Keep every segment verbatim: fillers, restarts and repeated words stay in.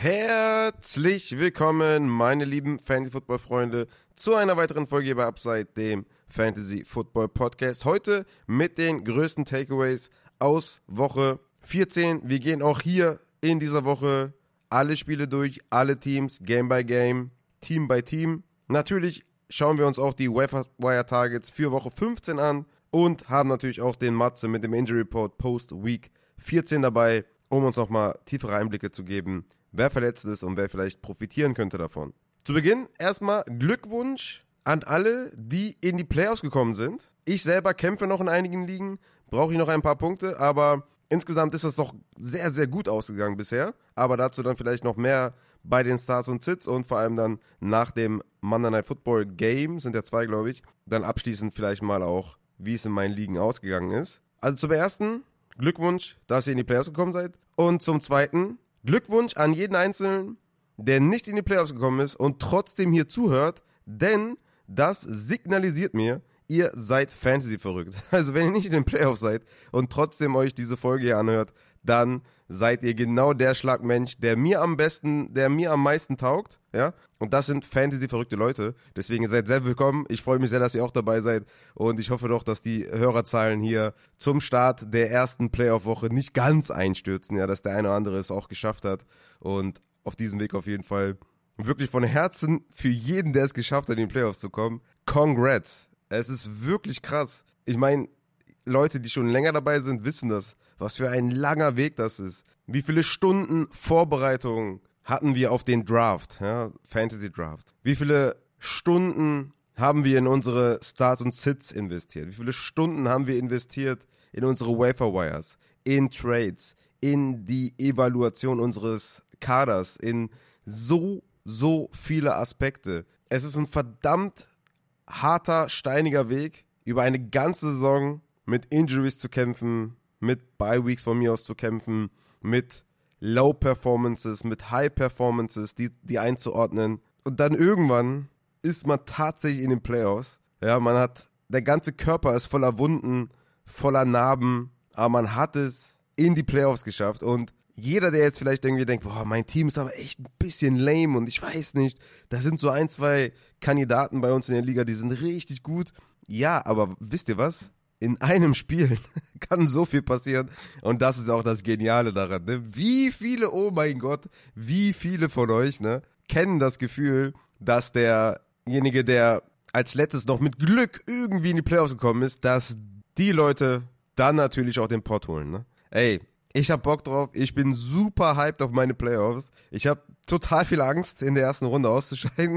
Herzlich willkommen, meine lieben Fantasy-Football-Freunde, zu einer weiteren Folge hier bei Upside, dem Fantasy-Football-Podcast. Heute mit den größten Takeaways aus Woche vierzehn. Wir gehen auch hier in dieser Woche alle Spiele durch, alle Teams, Game by Game, Team by Team. Natürlich schauen wir uns auch die Wire-Targets für Woche fünfzehn an und haben natürlich auch den Matze mit dem Injury Report Post-Week vierzehn dabei, um uns nochmal tiefere Einblicke zu geben, wer verletzt ist und wer vielleicht profitieren könnte davon. Zu Beginn erstmal Glückwunsch an alle, die in die Playoffs gekommen sind. Ich selber kämpfe noch in einigen Ligen, brauche ich noch ein paar Punkte, aber insgesamt ist das doch sehr, sehr gut ausgegangen bisher. Aber dazu dann vielleicht noch mehr bei den Starts und Sits und vor allem dann nach dem Monday Night Football Game, sind ja zwei, glaube ich, dann abschließend vielleicht mal auch, wie es in meinen Ligen ausgegangen ist. Also zum ersten, Glückwunsch, dass ihr in die Playoffs gekommen seid. Und zum zweiten, Glückwunsch an jeden Einzelnen, der nicht in die Playoffs gekommen ist und trotzdem hier zuhört, denn das signalisiert mir, ihr seid Fantasy verrückt. Also wenn ihr nicht in den Playoffs seid und trotzdem euch diese Folge hier anhört, dann seid ihr genau der Schlagmensch, der mir am besten, der mir am meisten taugt, ja? Und das sind Fantasy-verrückte Leute. Deswegen seid sehr willkommen. Ich freue mich sehr, dass ihr auch dabei seid und ich hoffe doch, dass die Hörerzahlen hier zum Start der ersten Playoff-Woche nicht ganz einstürzen, ja, dass der eine oder andere es auch geschafft hat und auf diesem Weg auf jeden Fall wirklich von Herzen für jeden, der es geschafft hat, in die Playoffs zu kommen, Congrats. Es ist wirklich krass. Ich meine, Leute, die schon länger dabei sind, wissen das, was für ein langer Weg das ist. Wie viele Stunden Vorbereitung hatten wir auf den Draft, ja, Fantasy Draft? Wie viele Stunden haben wir in unsere Starts und Sits investiert? Wie viele Stunden haben wir investiert in unsere Waiver Wires, in Trades, in die Evaluation unseres Kaders, in so, so viele Aspekte. Es ist ein verdammt harter, steiniger Weg, über eine ganze Saison mit Injuries zu kämpfen, mit Bye-Weeks von mir aus zu kämpfen, mit Low-Performances, mit High-Performances, die, die einzuordnen. Und dann irgendwann ist man tatsächlich in den Playoffs. Ja, man hat, der ganze Körper ist voller Wunden, voller Narben, aber man hat es in die Playoffs geschafft. Und jeder, der jetzt vielleicht irgendwie denkt, boah, mein Team ist aber echt ein bisschen lame und ich weiß nicht, da sind so ein, zwei Kandidaten bei uns in der Liga, die sind richtig gut. Ja, aber wisst ihr was? In einem Spiel kann so viel passieren und das ist auch das Geniale daran. Ne? Wie viele, oh mein Gott, wie viele von euch ne, kennen das Gefühl, dass derjenige, der als letztes noch mit Glück irgendwie in die Playoffs gekommen ist, dass die Leute dann natürlich auch den Pot holen. Ne? Ey, ich hab Bock drauf, ich bin super hyped auf meine Playoffs. Ich habe total viel Angst, in der ersten Runde auszuscheiden.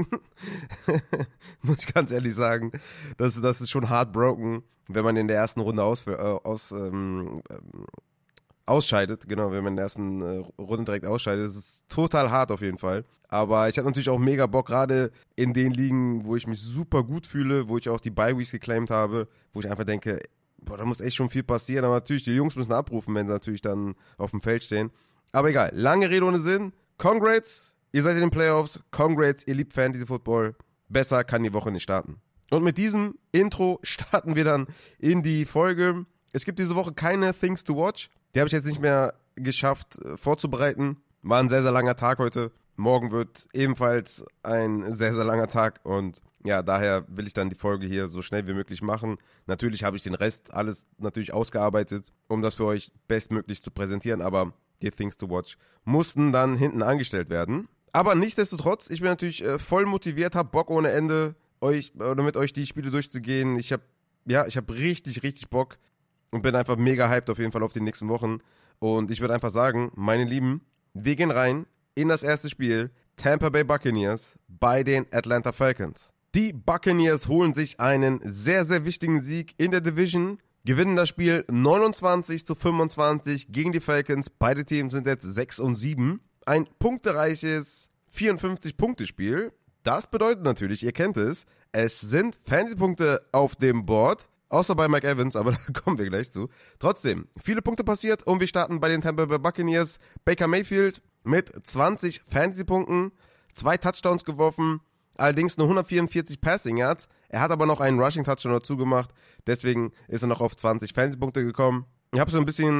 Muss ich ganz ehrlich sagen. Das, das ist schon heartbroken, wenn man in der ersten Runde aus, äh, aus, ähm, ausscheidet. Genau, wenn man in der ersten äh, Runde direkt ausscheidet. Das ist total hart auf jeden Fall. Aber ich habe natürlich auch mega Bock, gerade in den Ligen, wo ich mich super gut fühle, wo ich auch die Bye-Weeks geclaimt habe, wo ich einfach denke, boah, da muss echt schon viel passieren. Aber natürlich, die Jungs müssen abrufen, wenn sie natürlich dann auf dem Feld stehen. Aber egal, lange Rede ohne Sinn. Congrats, ihr seid in den Playoffs. Congrats, ihr liebt Fantasy Football. Besser kann die Woche nicht starten. Und mit diesem Intro starten wir dann in die Folge. Es gibt diese Woche keine Things to Watch. Die habe ich jetzt nicht mehr geschafft äh, vorzubereiten. War ein sehr, sehr langer Tag heute. Morgen wird ebenfalls ein sehr, sehr langer Tag. Und ja, daher will ich dann die Folge hier so schnell wie möglich machen. Natürlich habe ich den Rest alles natürlich ausgearbeitet, um das für euch bestmöglich zu präsentieren. Aber die Things to Watch mussten dann hinten angestellt werden. Aber nichtsdestotrotz, ich bin natürlich äh, voll motiviert, habe Bock ohne Ende, euch oder mit euch die Spiele durchzugehen. Ich habe ja, ich habe richtig, richtig Bock und bin einfach mega hyped auf jeden Fall auf die nächsten Wochen. Und ich würde einfach sagen, meine Lieben, wir gehen rein in das erste Spiel, Tampa Bay Buccaneers bei den Atlanta Falcons. Die Buccaneers holen sich einen sehr, sehr wichtigen Sieg in der Division, gewinnen das Spiel neunundzwanzig zu fünfundzwanzig gegen die Falcons. Beide Teams sind jetzt sechs und sieben. Ein punktereiches vierundfünfzig-Punkte-Spiel. Das bedeutet natürlich, ihr kennt es, es sind Fantasy-Punkte auf dem Board. Außer bei Mike Evans, aber da kommen wir gleich zu. Trotzdem, viele Punkte passiert und wir starten bei den Tampa Bay Buccaneers. Baker Mayfield mit zwanzig Fantasy-Punkten, zwei Touchdowns geworfen, allerdings nur hundertvierundvierzig Passing Yards. Er hat aber noch einen Rushing-Touchdown dazu gemacht, deswegen ist er noch auf zwanzig Fantasy-Punkte gekommen. Ich habe so ein bisschen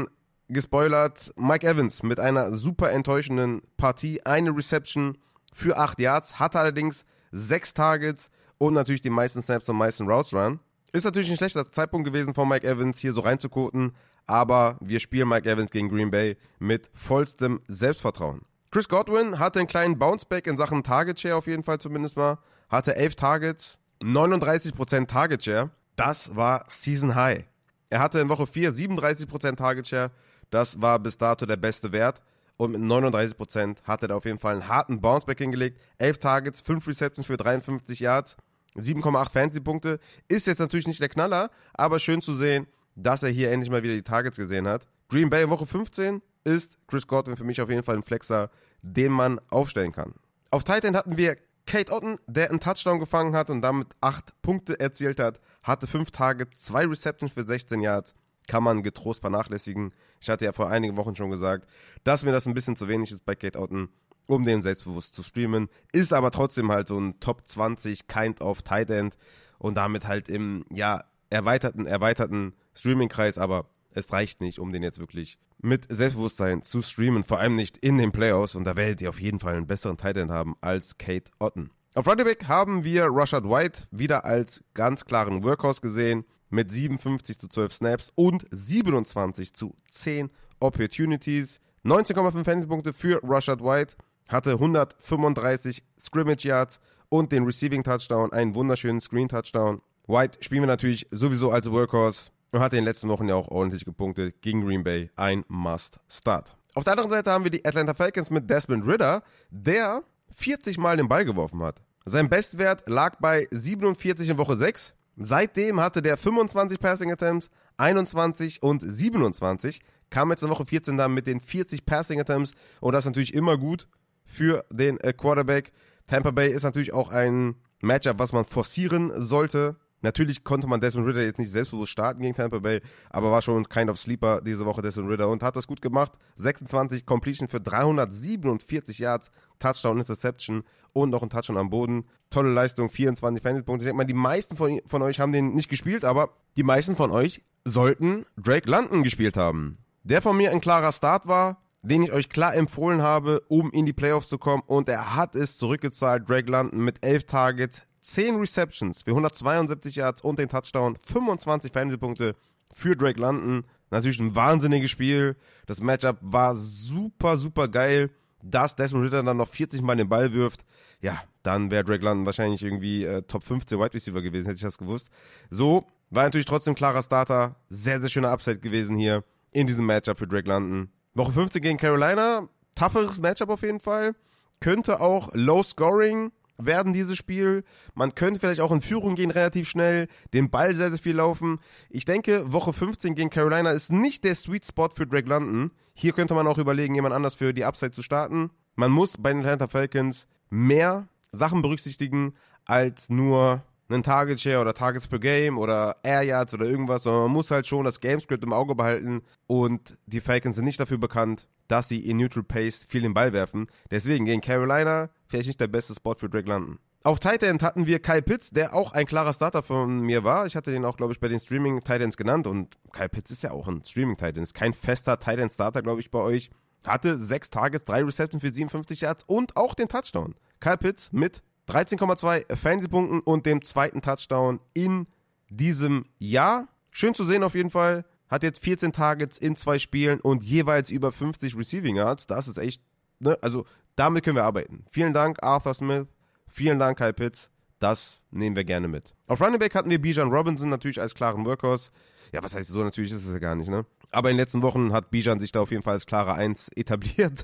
gespoilert. Mike Evans mit einer super enttäuschenden Partie. Eine Reception für acht Yards, hatte allerdings sechs Targets und natürlich die meisten Snaps und meisten Routes Run. Ist natürlich ein schlechter Zeitpunkt gewesen von Mike Evans, hier so reinzukoten, aber wir spielen Mike Evans gegen Green Bay mit vollstem Selbstvertrauen. Chris Godwin hatte einen kleinen Bounceback in Sachen Target Share auf jeden Fall zumindest mal. Hatte elf Targets, neununddreißig Prozent Target Share. Das war Season High. Er hatte in Woche vier siebenunddreißig Prozent Target Share. Das war bis dato der beste Wert. Und mit neununddreißig Prozent hat er da auf jeden Fall einen harten Bounceback hingelegt. elf Targets, fünf Receptions für dreiundfünfzig Yards, sieben Komma acht Fantasy-Punkte. Ist jetzt natürlich nicht der Knaller, aber schön zu sehen, dass er hier endlich mal wieder die Targets gesehen hat. Green Bay Woche fünfzehn ist Chris Godwin für mich auf jeden Fall ein Flexer, den man aufstellen kann. Auf Tight End hatten wir Cade Otton, der einen Touchdown gefangen hat und damit acht Punkte erzielt hat, hatte fünf Targets, zwei Receptions für sechzehn Yards. Kann man getrost vernachlässigen. Ich hatte ja vor einigen Wochen schon gesagt, dass mir das ein bisschen zu wenig ist bei Cade Otton, um den selbstbewusst zu streamen. Ist aber trotzdem halt so ein Top zwanzig Kind of Tight End und damit halt im, ja, erweiterten, erweiterten Streaming-Kreis, aber es reicht nicht, um den jetzt wirklich mit Selbstbewusstsein zu streamen, vor allem nicht in den Playoffs, und da werdet ihr auf jeden Fall einen besseren Tight End haben als Cade Otton. Auf Running Back haben wir Rashad White wieder als ganz klaren Workhorse gesehen, mit siebenundfünfzig zu zwölf Snaps und siebenundzwanzig zu zehn Opportunities. neunzehn Komma fünf Fantasy-Punkte für Rashad White, hatte hundertfünfunddreißig Scrimmage Yards und den Receiving Touchdown, einen wunderschönen Screen Touchdown. White spielen wir natürlich sowieso als Workhorse und hat in den letzten Wochen ja auch ordentlich gepunktet gegen Green Bay. Ein Must-Start. Auf der anderen Seite haben wir die Atlanta Falcons mit Desmond Ridder, der vierzig Mal den Ball geworfen hat. Sein Bestwert lag bei siebenundvierzig in Woche sechs. Seitdem hatte der fünfundzwanzig Passing Attempts, einundzwanzig und siebenundzwanzig. Kam jetzt in Woche vierzehn dann mit den vierzig Passing Attempts und das ist natürlich immer gut für den äh, Quarterback. Tampa Bay ist natürlich auch ein Matchup, was man forcieren sollte. Natürlich konnte man Desmond Ridder jetzt nicht selbstbewusst starten gegen Tampa Bay, aber war schon kind of Sleeper diese Woche Desmond Ridder und hat das gut gemacht. sechsundzwanzig Completion für dreihundertsiebenundvierzig Yards, Touchdown, Interception und noch ein Touchdown am Boden. Tolle Leistung, vierundzwanzig Fantasy-Punkte. Ich denke mal, die meisten von, von euch haben den nicht gespielt, aber die meisten von euch sollten Drake London gespielt haben. Der von mir ein klarer Start war, den ich euch klar empfohlen habe, um in die Playoffs zu kommen, und er hat es zurückgezahlt. Drake London mit elf Targets, zehn Receptions für hundertzweiundsiebzig Yards und den Touchdown, fünfundzwanzig Fantasy-Punkte für Drake London. Natürlich ein wahnsinniges Spiel. Das Matchup war super, super geil. Dass Desmond Ridder dann noch vierzig Mal den Ball wirft, ja, dann wäre Drake London wahrscheinlich irgendwie äh, Top fünfzehn Wide Receiver gewesen, hätte ich das gewusst. So, war natürlich trotzdem klarer Starter. Sehr, sehr schöner Upside gewesen hier in diesem Matchup für Drake London. Woche fünfzehn gegen Carolina, tougheres Matchup auf jeden Fall. Könnte auch Low Scoring werden, dieses Spiel. Man könnte vielleicht auch in Führung gehen relativ schnell, den Ball sehr, sehr viel laufen. Ich denke, Woche fünfzehn gegen Carolina ist nicht der Sweet Spot für Drake London. Hier könnte man auch überlegen, jemand anders für die Upside zu starten. Man muss bei den Atlanta Falcons mehr Sachen berücksichtigen als nur einen Target Share oder Targets per Game oder Air Yards oder irgendwas, sondern man muss halt schon das Gamescript im Auge behalten, und die Falcons sind nicht dafür bekannt, dass sie in Neutral Pace viel den Ball werfen. Deswegen gegen Carolina vielleicht nicht der beste Spot für Drake London. Auf Tight End hatten wir Kyle Pitts, der auch ein klarer Starter von mir war. Ich hatte den auch, glaube ich, bei den Streaming Tight Ends genannt, und Kyle Pitts ist ja auch ein Streaming Tight End, ist kein fester Tight End Starter, glaube ich, bei euch. Hatte sechs Targets, drei Receptions für siebenundfünfzig Yards und auch den Touchdown. Kyle Pitts mit dreizehn Komma zwei Fantasy-Punkten und dem zweiten Touchdown in diesem Jahr. Schön zu sehen auf jeden Fall. Hat jetzt vierzehn Targets in zwei Spielen und jeweils über fünfzig Receiving Yards. Das ist echt, ne, also damit können wir arbeiten. Vielen Dank, Arthur Smith. Vielen Dank, Kyle Pitts. Das nehmen wir gerne mit. Auf Running Back hatten wir Bijan Robinson natürlich als klaren Workhorse. Ja, was heißt so? Natürlich ist es ja gar nicht, ne? Aber in den letzten Wochen hat Bijan sich da auf jeden Fall als klare eins etabliert.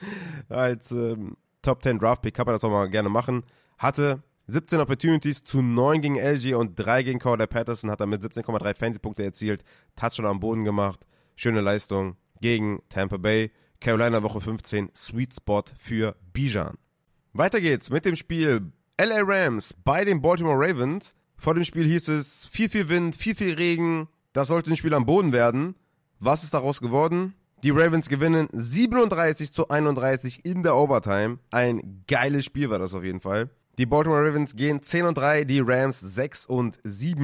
als ähm, Top zehn Draft Pick kann man das auch mal gerne machen. Hatte siebzehn Opportunities zu neun gegen L G und drei gegen Cordell Patterson, hat er mit siebzehn Komma drei Fantasy-Punkte erzielt, Touchdown am Boden gemacht, schöne Leistung gegen Tampa Bay. Carolina Woche fünfzehn, Sweet Spot für Bijan. Weiter geht's mit dem Spiel L A Rams bei den Baltimore Ravens. Vor dem Spiel hieß es viel, viel Wind, viel, viel Regen, das sollte ein Spiel am Boden werden. Was ist daraus geworden? Die Ravens gewinnen siebenunddreißig zu einunddreißig in der Overtime. Ein geiles Spiel war das auf jeden Fall. Die Baltimore Ravens gehen zehn und drei, die Rams sechs und sieben.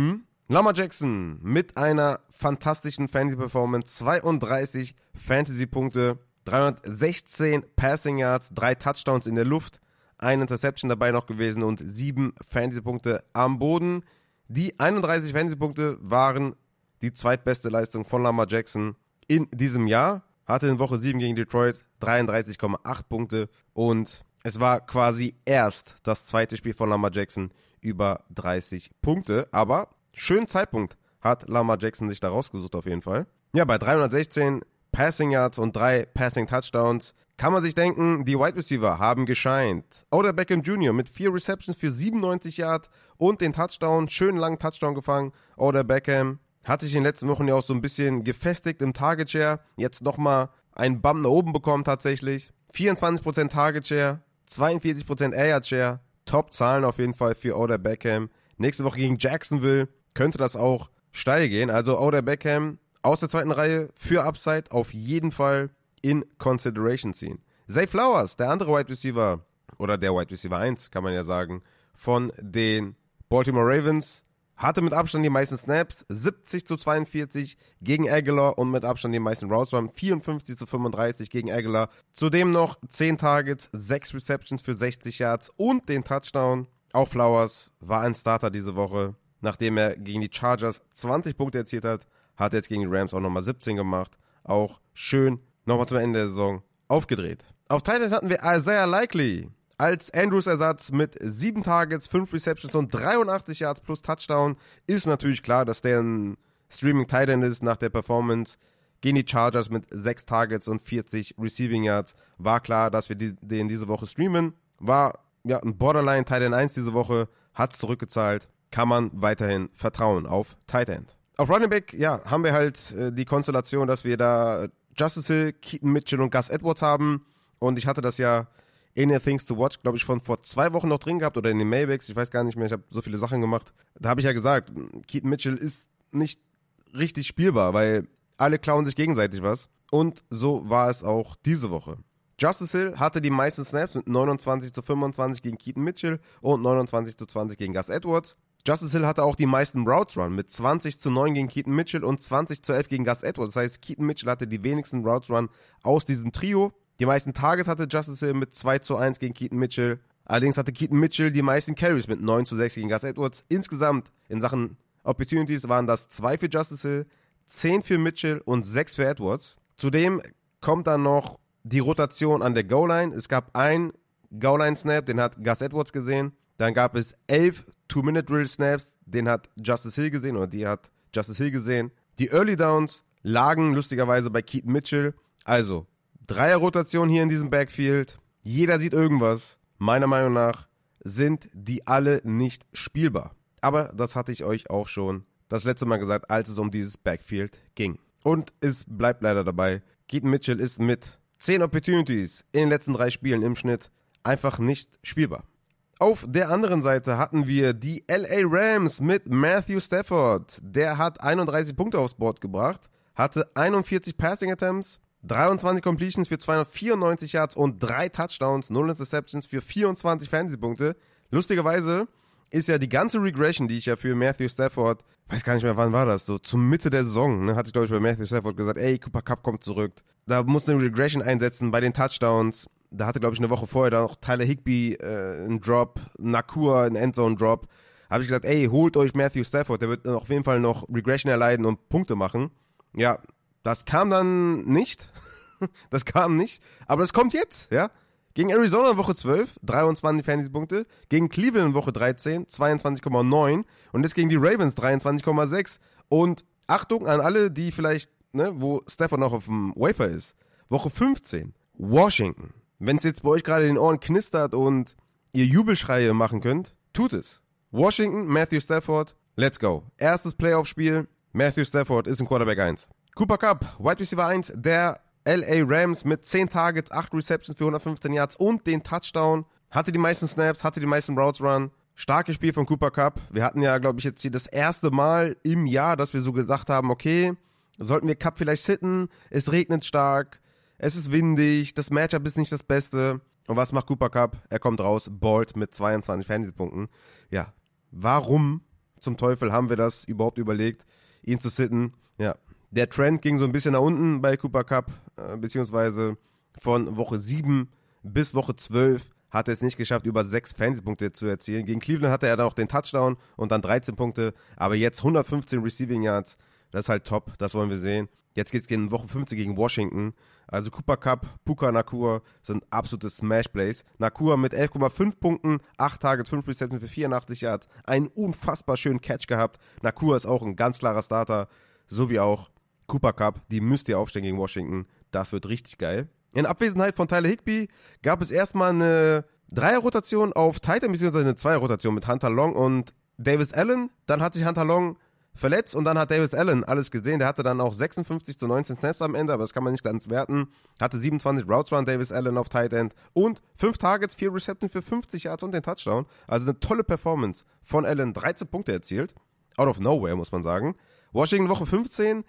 Lamar Jackson mit einer fantastischen Fantasy-Performance, zweiunddreißig Fantasy-Punkte, dreihundertsechzehn Passing Yards, drei Touchdowns in der Luft, ein Interception dabei noch gewesen und sieben Fantasy-Punkte am Boden. Die einunddreißig Fantasy-Punkte waren die zweitbeste Leistung von Lamar Jackson in diesem Jahr. Hatte in Woche sieben gegen Detroit dreiunddreißig Komma acht Punkte und es war quasi erst das zweite Spiel von Lamar Jackson über dreißig Punkte, aber schönen Zeitpunkt hat Lamar Jackson sich da rausgesucht auf jeden Fall. Ja, bei dreihundertsechzehn Passing Yards und drei Passing Touchdowns kann man sich denken, die Wide Receiver haben gescheint. Odell Beckham Junior mit vier Receptions für siebenundneunzig Yards und den Touchdown, schönen langen Touchdown gefangen. Odell Beckham hat sich in den letzten Wochen ja auch so ein bisschen gefestigt im Target Share. Jetzt nochmal einen Bump nach oben bekommen tatsächlich. vierundzwanzig Prozent Target Share, zweiundvierzig Prozent Air Yard Share. Top-Zahlen auf jeden Fall für Odell Beckham. Nächste Woche gegen Jacksonville könnte das auch steil gehen. Also Odell Beckham aus der zweiten Reihe für Upside auf jeden Fall in Consideration ziehen. Zay Flowers, der andere Wide Receiver, oder der Wide Receiver eins, kann man ja sagen, von den Baltimore Ravens, hatte mit Abstand die meisten Snaps, siebzig zu zweiundvierzig gegen Aguilar und mit Abstand die meisten Routes Run, vierundfünfzig zu fünfunddreißig gegen Aguilar. Zudem noch zehn Targets, sechs Receptions für sechzig Yards und den Touchdown. Auch Flowers war ein Starter diese Woche. Nachdem er gegen die Chargers zwanzig Punkte erzielt hat, hat er jetzt gegen die Rams auch nochmal siebzehn gemacht. Auch schön nochmal zum Ende der Saison aufgedreht. Auf Tight End hatten wir Isaiah Likely als Andrews Ersatz mit sieben Targets, fünf Receptions und dreiundachtzig Yards plus Touchdown. Ist natürlich klar, dass der ein Streaming Tight End ist nach der Performance. Gegen die Chargers mit sechs Targets und vierzig Receiving Yards. War klar, dass wir die, den diese Woche streamen. War ja ein Borderline Tight End eins diese Woche. Hat es zurückgezahlt. Kann man weiterhin vertrauen auf Tight End. Auf Running Back, ja, haben wir halt äh, die Konstellation, dass wir da Justice Hill, Keaton Mitchell und Gus Edwards haben. Und ich hatte das ja in der Things to Watch, glaube ich, von vor zwei Wochen noch drin gehabt oder in den Maybacks. Ich weiß gar nicht mehr, ich habe so viele Sachen gemacht. Da habe ich ja gesagt, Keaton Mitchell ist nicht richtig spielbar, weil alle klauen sich gegenseitig was. Und so war es auch diese Woche. Justice Hill hatte die meisten Snaps mit neunundzwanzig zu fünfundzwanzig gegen Keaton Mitchell und neunundzwanzig zu zwanzig gegen Gus Edwards. Justice Hill hatte auch die meisten Routes Run mit zwanzig zu neun gegen Keaton Mitchell und zwanzig zu elf gegen Gus Edwards. Das heißt, Keaton Mitchell hatte die wenigsten Routes Run aus diesem Trio. Die meisten Targets hatte Justice Hill mit zwei zu eins gegen Keaton Mitchell. Allerdings hatte Keaton Mitchell die meisten Carries mit neun zu sechs gegen Gus Edwards. Insgesamt in Sachen Opportunities waren das zwei für Justice Hill, zehn für Mitchell und sechs für Edwards. Zudem kommt dann noch die Rotation an der Goal-Line. Es gab einen Goal-Line-Snap, den hat Gus Edwards gesehen. Dann gab es elf Two-Minute-Drill-Snaps, den hat Justice Hill gesehen oder die hat Justice Hill gesehen. Die Early Downs lagen lustigerweise bei Keaton Mitchell. Also, Dreier-Rotation hier in diesem Backfield. Jeder sieht irgendwas. Meiner Meinung nach sind die alle nicht spielbar. Aber das hatte ich euch auch schon das letzte Mal gesagt, als es um dieses Backfield ging. Und es bleibt leider dabei. Keaton Mitchell ist mit zehn Opportunities in den letzten drei Spielen im Schnitt einfach nicht spielbar. Auf der anderen Seite hatten wir die L A Rams mit Matthew Stafford. Der hat einunddreißig Punkte aufs Board gebracht, hatte einundvierzig Passing Attempts, dreiundzwanzig Completions für zweihundertvierundneunzig Yards und drei Touchdowns, null Interceptions für vierundzwanzig Fantasy-Punkte. Lustigerweise ist ja die ganze Regression, die ich ja für Matthew Stafford, weiß gar nicht mehr, wann war das, so zur Mitte der Saison, ne, hatte ich glaube ich bei Matthew Stafford gesagt, ey, Cooper Kupp kommt zurück. Da muss eine Regression einsetzen bei den Touchdowns. Da hatte, glaube ich, eine Woche vorher da noch Tyler Higbee äh, einen Drop, Nakua einen Endzone-Drop. Habe ich gesagt, ey, holt euch Matthew Stafford, der wird auf jeden Fall noch Regression erleiden und Punkte machen. Ja, das kam dann nicht. Das kam nicht. Aber das kommt jetzt, ja. Gegen Arizona in Woche zwölf, dreiundzwanzig Fantasy-Punkte. Gegen Cleveland in Woche dreizehn, zweiundzwanzig Komma neun. Und jetzt gegen die Ravens, dreiundzwanzig Komma sechs. Und Achtung an alle, die vielleicht, ne, wo Stafford noch auf dem Wafer ist. Woche fünfzehn, Washington. Wenn es jetzt bei euch gerade in den Ohren knistert und ihr Jubelschreie machen könnt, tut es. Washington, Matthew Stafford, let's go. Erstes Playoff-Spiel, Matthew Stafford ist ein Quarterback eins. Cooper Kupp, Wide Receiver eins, der L A Rams mit zehn Targets, acht Receptions für hundertfünfzehn Yards und den Touchdown. Hatte die meisten Snaps, hatte die meisten Routes Run. Starkes Spiel von Cooper Kupp. Wir hatten ja, glaube ich, jetzt hier das erste Mal im Jahr, dass wir so gesagt haben, okay, sollten wir Kupp vielleicht sitten? Es regnet stark. Es ist windig, das Matchup ist nicht das Beste. Und was macht Cooper Kupp? Er kommt raus, ballt mit zweiundzwanzig Fantasy-Punkten. Ja, warum zum Teufel haben wir das überhaupt überlegt, ihn zu sitten? Ja, der Trend ging so ein bisschen nach unten bei Cooper Kupp, äh, beziehungsweise von Woche sieben bis Woche zwölf hat er es nicht geschafft, über sechs Fantasy-Punkte zu erzielen. Gegen Cleveland hatte er dann auch den Touchdown und dann dreizehn Punkte, aber jetzt hundertfünfzehn Receiving Yards, das ist halt top, das wollen wir sehen. Jetzt geht es in Woche fünfzehn gegen Washington. Also Cooper Kupp, Puka Nacua sind absolute Smash-Plays. Nacua mit elf Komma fünf Punkten, acht Targets, fünf Receptions für vierundachtzig Yards, einen unfassbar schönen Catch gehabt. Nacua ist auch ein ganz klarer Starter, so wie auch Cooper Kupp. Die müsst ihr aufstellen gegen Washington, das wird richtig geil. In Abwesenheit von Tyler Higbee gab es erstmal eine Dreier-Rotation auf Titan, beziehungsweise eine Zweier-Rotation mit Hunter Long und Davis Allen. Dann hat sich Hunter Long verletzt und dann hat Davis Allen alles gesehen. Der hatte dann auch sechsundfünfzig zu neunzehn Snaps am Ende, aber das kann man nicht ganz werten. Hatte siebenundzwanzig Routes Run, Davis Allen auf Tight End und fünf Targets, vier Receptions für fünfzig Yards und den Touchdown. Also eine tolle Performance von Allen, dreizehn Punkte erzielt. Out of nowhere, muss man sagen. Washington Woche fünfzehn.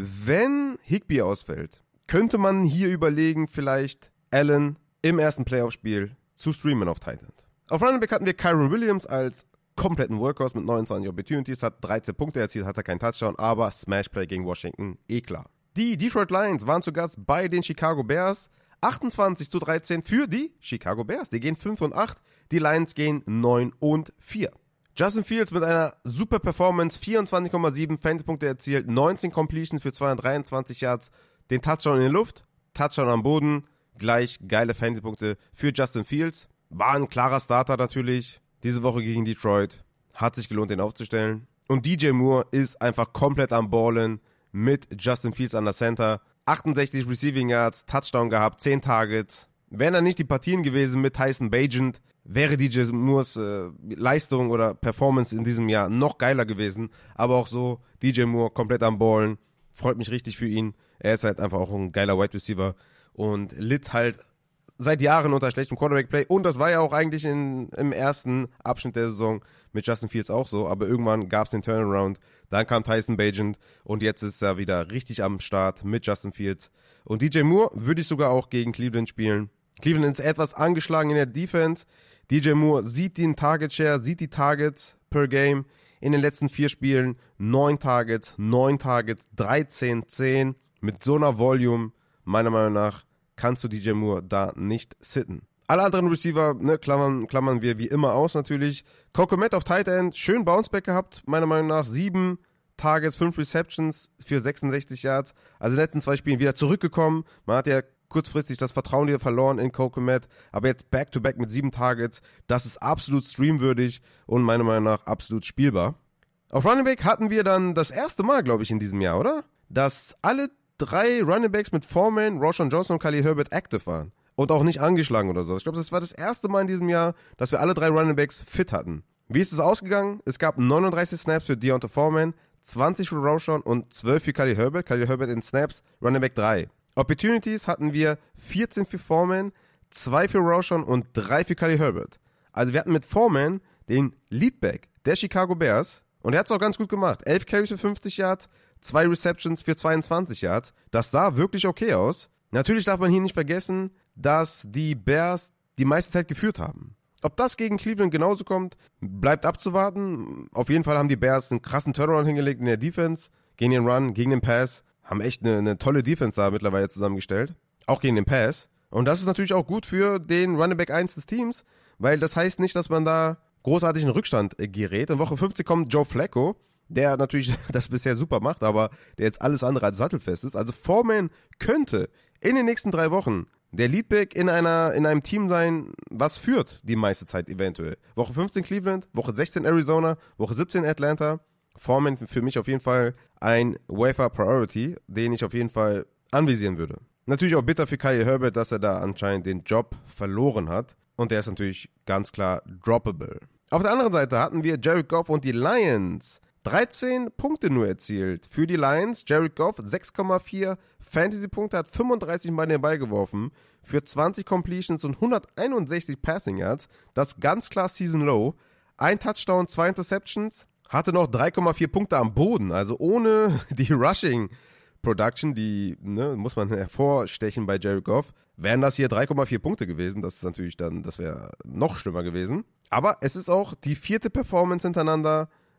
Wenn Higbee ausfällt, könnte man hier überlegen, vielleicht Allen im ersten Playoff-Spiel zu streamen auf Tight End. Auf Running Back hatten wir Kyron Williams als kompletten Workhorse mit neunundzwanzig Opportunities, hat dreizehn Punkte erzielt, hat er keinen Touchdown, aber Smash-Play gegen Washington, eh klar. Die Detroit Lions waren zu Gast bei den Chicago Bears, achtundzwanzig zu dreizehn für die Chicago Bears. Die gehen fünf und acht, die Lions gehen neun und vier. Justin Fields mit einer super Performance, vierundzwanzig Komma sieben Fantasy-Punkte erzielt, neunzehn Completions für zweihundertdreiundzwanzig Yards, den Touchdown in der Luft, Touchdown am Boden, gleich geile Fantasy-Punkte für Justin Fields. War ein klarer Starter natürlich, diese Woche gegen Detroit, hat sich gelohnt, den aufzustellen. Und D J Moore ist einfach komplett am Ballen mit Justin Fields an der Center. achtundsechzig Receiving Yards, Touchdown gehabt, zehn Targets. Wären dann nicht die Partien gewesen mit Tyson Bagent, wäre D J Moores äh, Leistung oder Performance in diesem Jahr noch geiler gewesen. Aber auch so, D J Moore komplett am Ballen. Freut mich richtig für ihn. Er ist halt einfach auch ein geiler Wide Receiver und litt halt seit Jahren unter schlechtem Quarterback-Play. Und das war ja auch eigentlich in, im ersten Abschnitt der Saison mit Justin Fields auch so. Aber irgendwann gab es den Turnaround. Dann kam Tyson Bagent und jetzt ist er wieder richtig am Start mit Justin Fields. Und D J Moore würde ich sogar auch gegen Cleveland spielen. Cleveland ist etwas angeschlagen in der Defense. D J Moore sieht den Target-Share, sieht die Targets per Game. In den letzten vier Spielen neun Targets, neun Targets, dreizehn, zehn. Mit so einer Volume, meiner Meinung nach, kannst du D J Moore da nicht sitten. Alle anderen Receiver, ne, klammern, klammern wir wie immer aus natürlich. Cole Kmet auf Tight End, schön Bounceback gehabt, meiner Meinung nach. Sieben Targets, fünf Receptions für sechsundsechzig Yards. Also in den letzten zwei Spielen wieder zurückgekommen. Man hat ja kurzfristig das Vertrauen wieder verloren in Cole Kmet, aber jetzt Back-to-Back mit sieben Targets. Das ist absolut streamwürdig und meiner Meinung nach absolut spielbar. Auf Running Back hatten wir dann das erste Mal, glaube ich, in diesem Jahr, oder? Dass alle drei Running Backs mit Foreman, Roshan Johnson und Khalil Herbert active waren. Und auch nicht angeschlagen oder so. Ich glaube, das war das erste Mal in diesem Jahr, dass wir alle drei Running Backs fit hatten. Wie ist es ausgegangen? Es gab neununddreißig Snaps für Deonta Foreman, zwanzig für Roshan und zwölf für Khalil Herbert. Khalil Herbert in Snaps, Running Back drei. Opportunities hatten wir vierzehn für Foreman, zwei für Roshan und drei für Khalil Herbert. Also wir hatten mit Foreman den Leadback der Chicago Bears und er hat es auch ganz gut gemacht. elf Carries für fünfzig Yards, zwei Receptions für zweiundzwanzig Yards. Das sah wirklich okay aus. Natürlich darf man hier nicht vergessen, dass die Bears die meiste Zeit geführt haben. Ob das gegen Cleveland genauso kommt, bleibt abzuwarten. Auf jeden Fall haben die Bears einen krassen Turnaround hingelegt in der Defense. Gegen den Run, gegen den Pass. Haben echt eine, eine tolle Defense da mittlerweile zusammengestellt. Auch gegen den Pass. Und das ist natürlich auch gut für den Running Back eins des Teams, weil das heißt nicht, dass man da großartig in Rückstand gerät. In Woche fünfzehn kommt Joe Flacco, der natürlich das bisher super macht, aber der jetzt alles andere als sattelfest ist. Also Foreman könnte in den nächsten drei Wochen der Leadback in einer in einem Team sein, was führt die meiste Zeit eventuell. Woche fünfzehn Cleveland, Woche sechzehn Arizona, Woche siebzehn Atlanta. Foreman für mich auf jeden Fall ein Waiver Priority, den ich auf jeden Fall anvisieren würde. Natürlich auch bitter für Khalil Herbert, dass er da anscheinend den Job verloren hat. Und der ist natürlich ganz klar droppable. Auf der anderen Seite hatten wir Jared Goff und die Lions. dreizehn Punkte nur erzielt für die Lions. Jared Goff, sechs Komma vier Fantasy-Punkte, hat fünfunddreißig Mal den Ball geworfen für zwanzig Completions und hunderteinundsechzig Passing Yards. Das ganz klar Season Low. Ein Touchdown, zwei Interceptions. Hatte noch drei Komma vier Punkte am Boden. Also ohne die Rushing Production, die ne, muss man hervorstechen bei Jared Goff, wären das hier drei Komma vier Punkte gewesen. Das ist natürlich dann, das wäre noch schlimmer gewesen. Aber es ist auch die vierte Performance hintereinander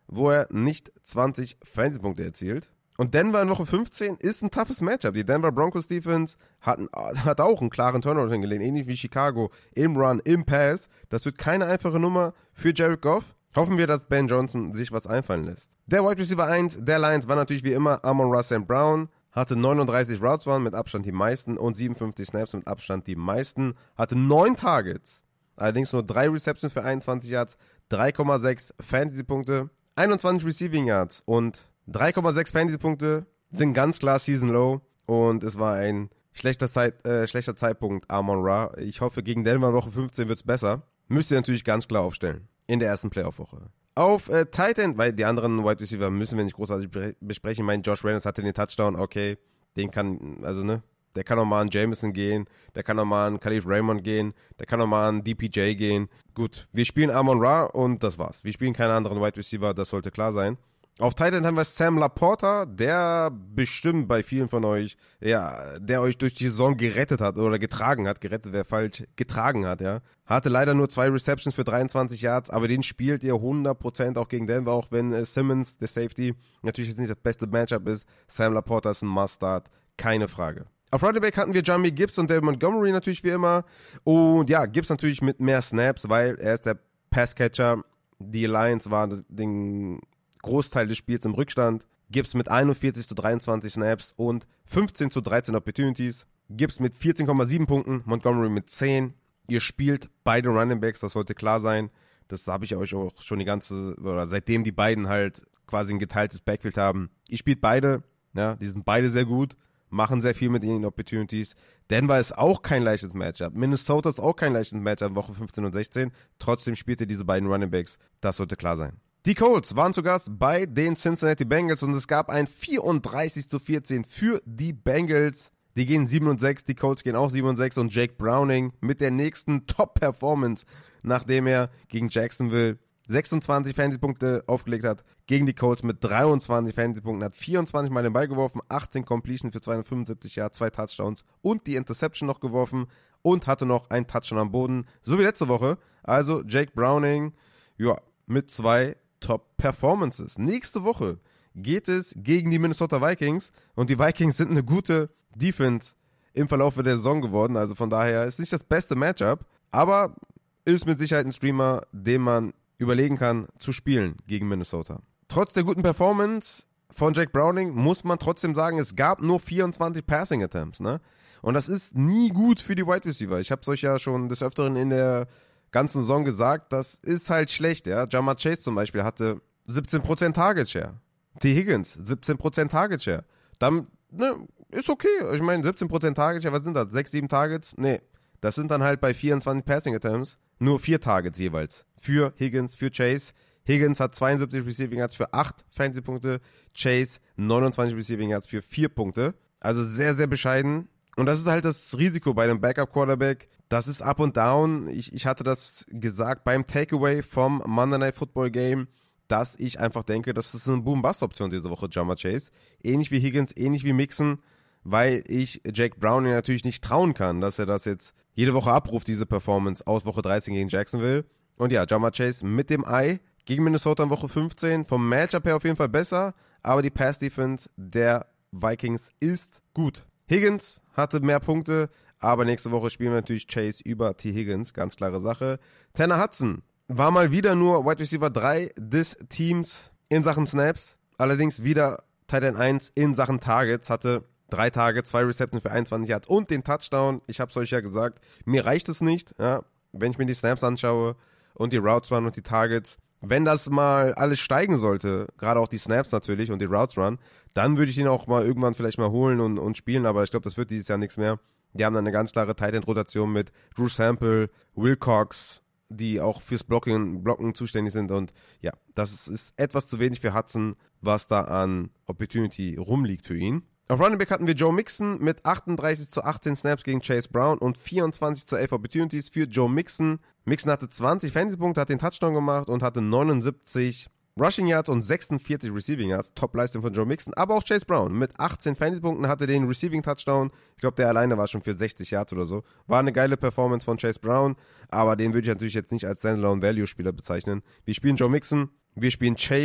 wo er nicht zwanzig Fantasy-Punkte erzielt. Und Denver in Woche fünfzehn ist ein toughes Matchup. Die Denver Broncos Defense hat, hat auch einen klaren Turnover hingelegt, ähnlich wie Chicago, im Run, im Pass. Das wird keine einfache Nummer für Jared Goff. Hoffen wir, dass Ben Johnson sich was einfallen lässt. Der Wide Receiver eins der Lions war natürlich wie immer Amon-Ra Saint Brown. Hatte neununddreißig Routes Run mit Abstand die meisten und siebenundfünfzig Snaps mit Abstand die meisten. Hatte neun Targets, allerdings nur drei Receptions für einundzwanzig Yards, drei Komma sechs Fantasy-Punkte, einundzwanzig Receiving Yards und drei Komma sechs Fantasy-Punkte sind ganz klar Season Low und es war ein schlechter, Zeit, äh, schlechter Zeitpunkt Amon-Ra. Ich hoffe, gegen Denver Woche fünfzehn wird es besser. Müsst ihr natürlich ganz klar aufstellen. In der ersten Playoff-Woche. Auf äh, Tight End, weil die anderen Wide Receiver müssen wir nicht großartig be- besprechen. Ich meine, Josh Reynolds hatte den Touchdown, okay, den kann, also ne, der kann auch mal an Jameson gehen, der kann auch mal an Khalif Raymond gehen, der kann auch mal an D P J gehen. Gut, wir spielen Amon-Ra und das war's. Wir spielen keine anderen Wide Receiver, das sollte klar sein. Auf Tight End haben wir Sam Laporta, der bestimmt bei vielen von euch, ja, der euch durch die Saison gerettet hat oder getragen hat, gerettet wäre falsch, getragen hat, ja. Hatte leider nur zwei Receptions für dreiundzwanzig Yards, aber den spielt ihr hundert Prozent auch gegen Denver, auch wenn äh, Simmons, der Safety, natürlich jetzt nicht das beste Matchup ist. Sam Laporta ist ein Must-Start, keine Frage. Auf Running Back hatten wir Jamie Gibbs und David Montgomery natürlich wie immer. Und ja, Gibbs natürlich mit mehr Snaps, weil er ist der Passcatcher. Die Lions waren den Großteil des Spiels im Rückstand. Gibbs mit einundvierzig zu dreiundzwanzig Snaps und fünfzehn zu dreizehn Opportunities. Gibbs mit vierzehn Komma sieben Punkten, Montgomery mit zehn. Ihr spielt beide Running Backs, das sollte klar sein. Das habe ich euch auch schon die ganze, oder seitdem die beiden halt quasi ein geteiltes Backfield haben. Ihr spielt beide, ja, die sind beide sehr gut, machen sehr viel mit ihren Opportunities. Denver ist auch kein leichtes Matchup. Minnesota ist auch kein leichtes Matchup, Woche fünfzehn und sechzehn. Trotzdem spielt ihr diese beiden Running Backs, das sollte klar sein. Die Colts waren zu Gast bei den Cincinnati Bengals und es gab ein vierunddreißig zu vierzehn für die Bengals. Die gehen sieben und sechs, die Colts gehen auch sieben und sechs und Jake Browning mit der nächsten Top-Performance, nachdem er gegen Jacksonville sechsundzwanzig Fantasy-Punkte aufgelegt hat, gegen die Colts mit dreiundzwanzig Fantasy-Punkten, hat vierundzwanzig Mal den Ball geworfen, achtzehn Completion für zweihundertfünfundsiebzig Yards, zwei Touchdowns und die Interception noch geworfen und hatte noch einen Touchdown am Boden, so wie letzte Woche. Also Jake Browning, ja, mit zwei Top-Performances. Nächste Woche geht es gegen die Minnesota Vikings und die Vikings sind eine gute Defense im Verlauf der Saison geworden, also von daher ist nicht das beste Matchup, aber ist mit Sicherheit ein Streamer, den man überlegen kann zu spielen gegen Minnesota. Trotz der guten Performance von Jake Browning muss man trotzdem sagen, es gab nur vierundzwanzig Passing Attempts, ne? Und das ist nie gut für die Wide Receiver. Ich habe es euch ja schon des Öfteren in der ganzen Saison gesagt, das ist halt schlecht, ja. Ja'Marr Chase zum Beispiel hatte siebzehn Prozent Target Share. T. Higgins, siebzehn Prozent Target Share. Dann, ne, ist okay. Ich meine, siebzehn Prozent Target Share, was sind das? sechs, sieben Targets? Nee, das sind dann halt bei vierundzwanzig Passing Attempts nur vier Targets jeweils. Für Higgins, für Chase. Higgins hat zweiundsiebzig Receiving Yards für acht Fantasy-Punkte. Chase neunundzwanzig Receiving Yards für vier Punkte. Also sehr, sehr bescheiden. Und das ist halt das Risiko bei einem Backup-Quarterback. Das ist up und down. Ich, ich hatte das gesagt beim Takeaway vom Monday Night Football Game, dass ich einfach denke, das ist eine Boom-Bust-Option diese Woche, Ja'Marr Chase. Ähnlich wie Higgins, ähnlich wie Mixon, weil ich Jake Browning natürlich nicht trauen kann, dass er das jetzt jede Woche abruft, diese Performance aus Woche dreizehn gegen Jacksonville. Und ja, Ja'Marr Chase mit dem Ei gegen Minnesota in Woche fünfzehn. Vom Matchup her auf jeden Fall besser, aber die Pass-Defense der Vikings ist gut. Higgins hatte mehr Punkte, aber nächste Woche spielen wir natürlich Chase über T. Higgins, ganz klare Sache. Tanner Hudson war mal wieder nur Wide Receiver drei des Teams in Sachen Snaps, allerdings wieder Tight End eins in Sachen Targets, hatte drei Targets, zwei Receptions für einundzwanzig Yards und den Touchdown. Ich habe es euch ja gesagt, mir reicht es nicht, ja, wenn ich mir die Snaps anschaue und die Routes Run und die Targets. Wenn das mal alles steigen sollte, gerade auch die Snaps natürlich und die Routes Run, dann würde ich ihn auch mal irgendwann vielleicht mal holen und, und spielen, aber ich glaube, das wird dieses Jahr nichts mehr. Die haben dann eine ganz klare Tight End Rotation mit Drew Sample, Wilcox, die auch fürs Blocking, Blocken zuständig sind und ja, das ist etwas zu wenig für Hudson, was da an Opportunity rumliegt für ihn. Auf Running Back hatten wir Joe Mixon mit achtunddreißig zu achtzehn Snaps gegen Chase Brown und vierundzwanzig zu elf Opportunities für Joe Mixon. Mixon hatte zwanzig Fantasy-Punkte, hat den Touchdown gemacht und hatte neunundsiebzig Rushing Yards und sechsundvierzig Receiving Yards. Top-Leistung von Joe Mixon. Aber auch Chase Brown mit achtzehn Fantasy-Punkten hatte den Receiving-Touchdown. Ich glaube, der alleine war schon für sechzig Yards oder so. War eine geile Performance von Chase Brown, aber den würde ich natürlich jetzt nicht als Standalone-Value-Spieler bezeichnen. Wir spielen Joe Mixon, wir spielen Chase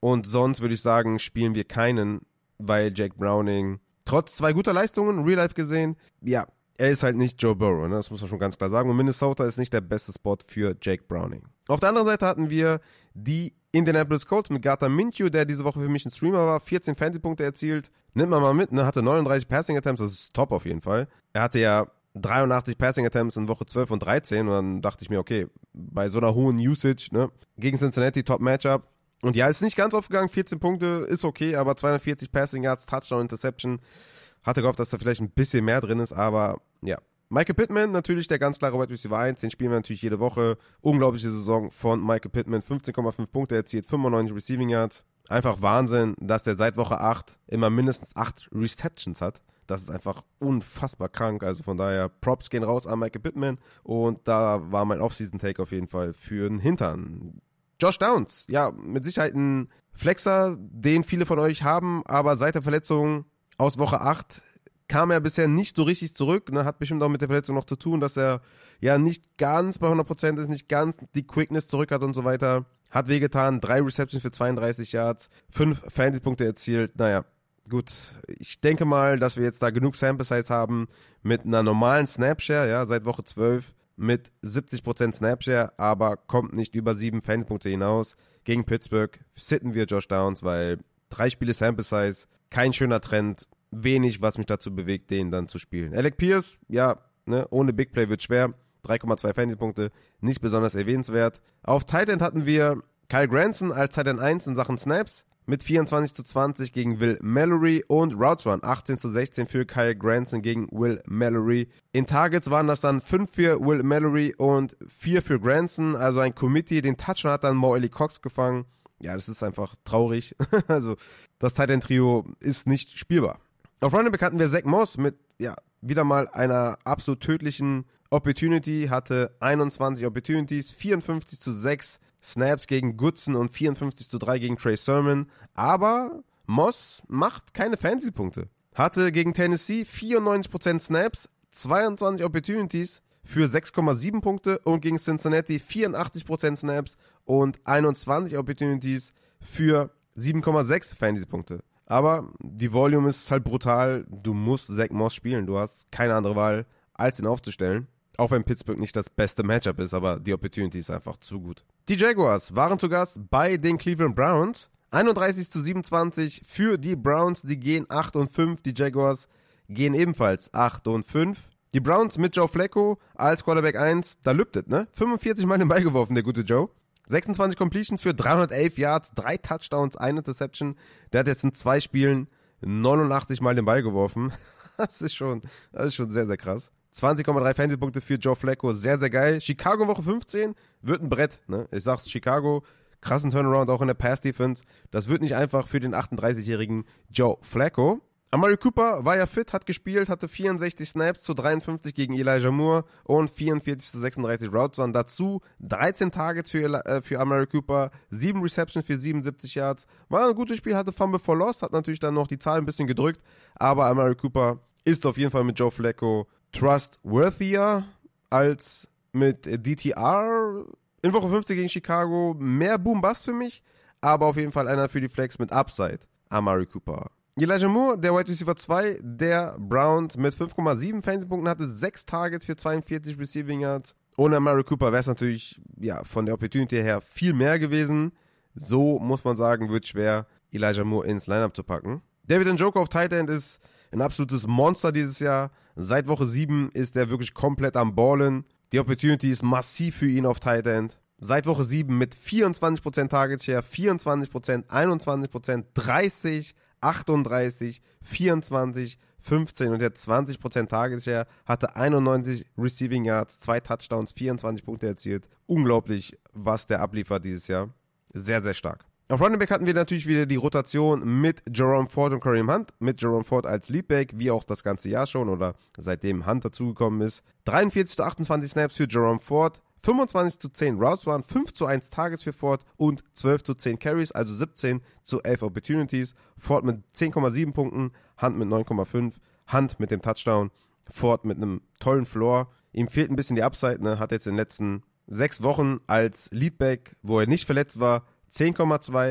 Und sonst würde ich sagen, spielen wir keinen, weil Jake Browning, trotz zwei guter Leistungen, Real Life gesehen, ja, er ist halt nicht Joe Burrow, ne? Das muss man schon ganz klar sagen. Und Minnesota ist nicht der beste Spot für Jake Browning. Auf der anderen Seite hatten wir die Indianapolis Colts mit Gardner Minshew, der diese Woche für mich ein Streamer war, vierzehn Fantasy-Punkte erzielt. Nimmt man mal mit, ne? Hatte neununddreißig Passing Attempts, das ist top auf jeden Fall. Er hatte ja dreiundachtzig Passing Attempts in Woche zwölf und dreizehn und dann dachte ich mir, okay, bei so einer hohen Usage, ne? Gegen Cincinnati, Top Matchup. Und ja, ist nicht ganz aufgegangen, vierzehn Punkte, ist okay, aber zweihundertvierzig Passing Yards, Touchdown, Interception. Hatte gehofft, dass da vielleicht ein bisschen mehr drin ist, aber ja. Michael Pittman, natürlich der ganz klare Wide Receiver eins, den spielen wir natürlich jede Woche. Unglaubliche Saison von Michael Pittman, fünfzehn Komma fünf Punkte erzielt, fünfundneunzig Receiving Yards. Einfach Wahnsinn, dass der seit Woche acht immer mindestens acht Receptions hat. Das ist einfach unfassbar krank, also von daher Props gehen raus an Michael Pittman und da war mein Off-Season-Take auf jeden Fall für den Hintern. Josh Downs, ja, mit Sicherheit ein Flexer, den viele von euch haben, aber seit der Verletzung aus Woche acht kam er bisher nicht so richtig zurück, ne, hat bestimmt auch mit der Verletzung noch zu tun, dass er ja nicht ganz bei hundert Prozent ist, nicht ganz die Quickness zurück hat und so weiter. Hat wehgetan, drei Receptions für zweiunddreißig Yards, fünf Fantasy-Punkte erzielt, naja, gut. Ich denke mal, dass wir jetzt da genug Sample Size haben mit einer normalen Snapshare, ja, seit Woche zwölf mit siebzig Prozent Snapshare, aber kommt nicht über sieben Fantasy-Punkte hinaus. Gegen Pittsburgh sitten wir Josh Downs, weil drei Spiele Sample Size, kein schöner Trend, wenig, was mich dazu bewegt, den dann zu spielen. Alec Pierce, ja, ne, ohne Big Play wird schwer. drei Komma zwei Fantasy-Punkte, nicht besonders erwähnenswert. Auf Tight End hatten wir Kyle Granson als Tight End eins in Sachen Snaps mit vierundzwanzig zu zwanzig gegen Will Mallory und Routes Run achtzehn zu sechzehn für Kyle Granson gegen Will Mallory. In Targets waren das dann fünf für Will Mallory und vier für Granson, also ein Committee. Den Touchdown hat dann Mo Alie-Cox gefangen. Ja, das ist einfach traurig. Also das Tight End Trio ist nicht spielbar. Auf Running Back hatten wir Zach Moss mit, ja, wieder mal einer absolut tödlichen Opportunity, hatte einundzwanzig Opportunities, vierundfünfzig zu sechs Snaps gegen Goodson und vierundfünfzig zu drei gegen Trey Sermon, aber Moss macht keine Fantasy-Punkte. Hatte gegen Tennessee vierundneunzig Prozent Snaps, zweiundzwanzig Opportunities für sechs Komma sieben Punkte und gegen Cincinnati vierundachtzig Prozent Snaps und einundzwanzig Opportunities für sieben Komma sechs Fantasy-Punkte. Aber die Volume ist halt brutal. Du musst Zach Moss spielen. Du hast keine andere Wahl, als ihn aufzustellen. Auch wenn Pittsburgh nicht das beste Matchup ist, aber die Opportunity ist einfach zu gut. Die Jaguars waren zu Gast bei den Cleveland Browns. einunddreißig zu siebenundzwanzig für die Browns. Die gehen acht und fünf. Die Jaguars gehen ebenfalls acht und fünf. Die Browns mit Joe Flacco als Quarterback eins. Da lübtet, ne? fünfundvierzig Mal den Ball geworfen, der gute Joe. sechsundzwanzig Completions für dreihundertelf Yards, drei Touchdowns, eine Interception. Der hat jetzt in zwei Spielen neunundachtzig Mal den Ball geworfen. Das ist schon, das ist schon sehr, sehr krass. zwanzig Komma drei Fantasy-Punkte für Joe Flacco, sehr, sehr geil. Chicago Woche fünfzehn wird ein Brett, ne? Ich sag's, Chicago, krassen Turnaround auch in der Pass-Defense. Das wird nicht einfach für den achtunddreißigjährigen Joe Flacco. Amari Cooper war ja fit, hat gespielt, hatte vierundsechzig Snaps zu dreiundfünfzig gegen Elijah Moore und vierundvierzig zu sechsunddreißig Routes Run. Dazu dreizehn Targets für, äh, für Amari Cooper, sieben Receptions für siebenundsiebzig Yards. War ein gutes Spiel, hatte Fumble for Loss, hat natürlich dann noch die Zahl ein bisschen gedrückt, aber Amari Cooper ist auf jeden Fall mit Joe Flacco trustworthier als mit D T R. In Woche fünfzehn gegen Chicago mehr Boom-Bust für mich, aber auf jeden Fall einer für die Flex mit Upside, Amari Cooper. Elijah Moore, der Wide Receiver zwei der Browns mit fünf Komma sieben Fantasy-Punkten, hatte sechs Targets für zweiundvierzig Receiving Yards. Ohne Amari Cooper wäre es natürlich ja, von der Opportunity her viel mehr gewesen. So muss man sagen, wird schwer, Elijah Moore ins Lineup zu packen. David Njoku auf Tight End ist ein absolutes Monster dieses Jahr. Seit Woche sieben ist er wirklich komplett am Ballen. Die Opportunity ist massiv für ihn auf Tight End. Seit Woche sieben mit vierundzwanzig Prozent Target Share, vierundzwanzig Prozent, einundzwanzig Prozent, dreißig, achtunddreißig, vierundzwanzig, fünfzehn und der zwanzig Prozent Target Share, hatte einundneunzig Receiving Yards, zwei Touchdowns, vierundzwanzig Punkte erzielt. Unglaublich, was der abliefert dieses Jahr. Sehr, sehr stark. Auf Running Back hatten wir natürlich wieder die Rotation mit Jerome Ford und Kareem Hunt. Mit Jerome Ford als Leadback, wie auch das ganze Jahr schon oder seitdem Hunt dazugekommen ist. dreiundvierzig zu achtundzwanzig Snaps für Jerome Ford. fünfundzwanzig zu zehn Routes Run, fünf zu eins Targets für Ford und zwölf zu zehn Carries, also siebzehn zu elf Opportunities. Ford mit zehn Komma sieben Punkten, Hunt mit neun Komma fünf, Hunt mit dem Touchdown, Ford mit einem tollen Floor. Ihm fehlt ein bisschen die Upside, ne? Hat jetzt in den letzten sechs Wochen als Leadback, wo er nicht verletzt war, zehn Komma zwei,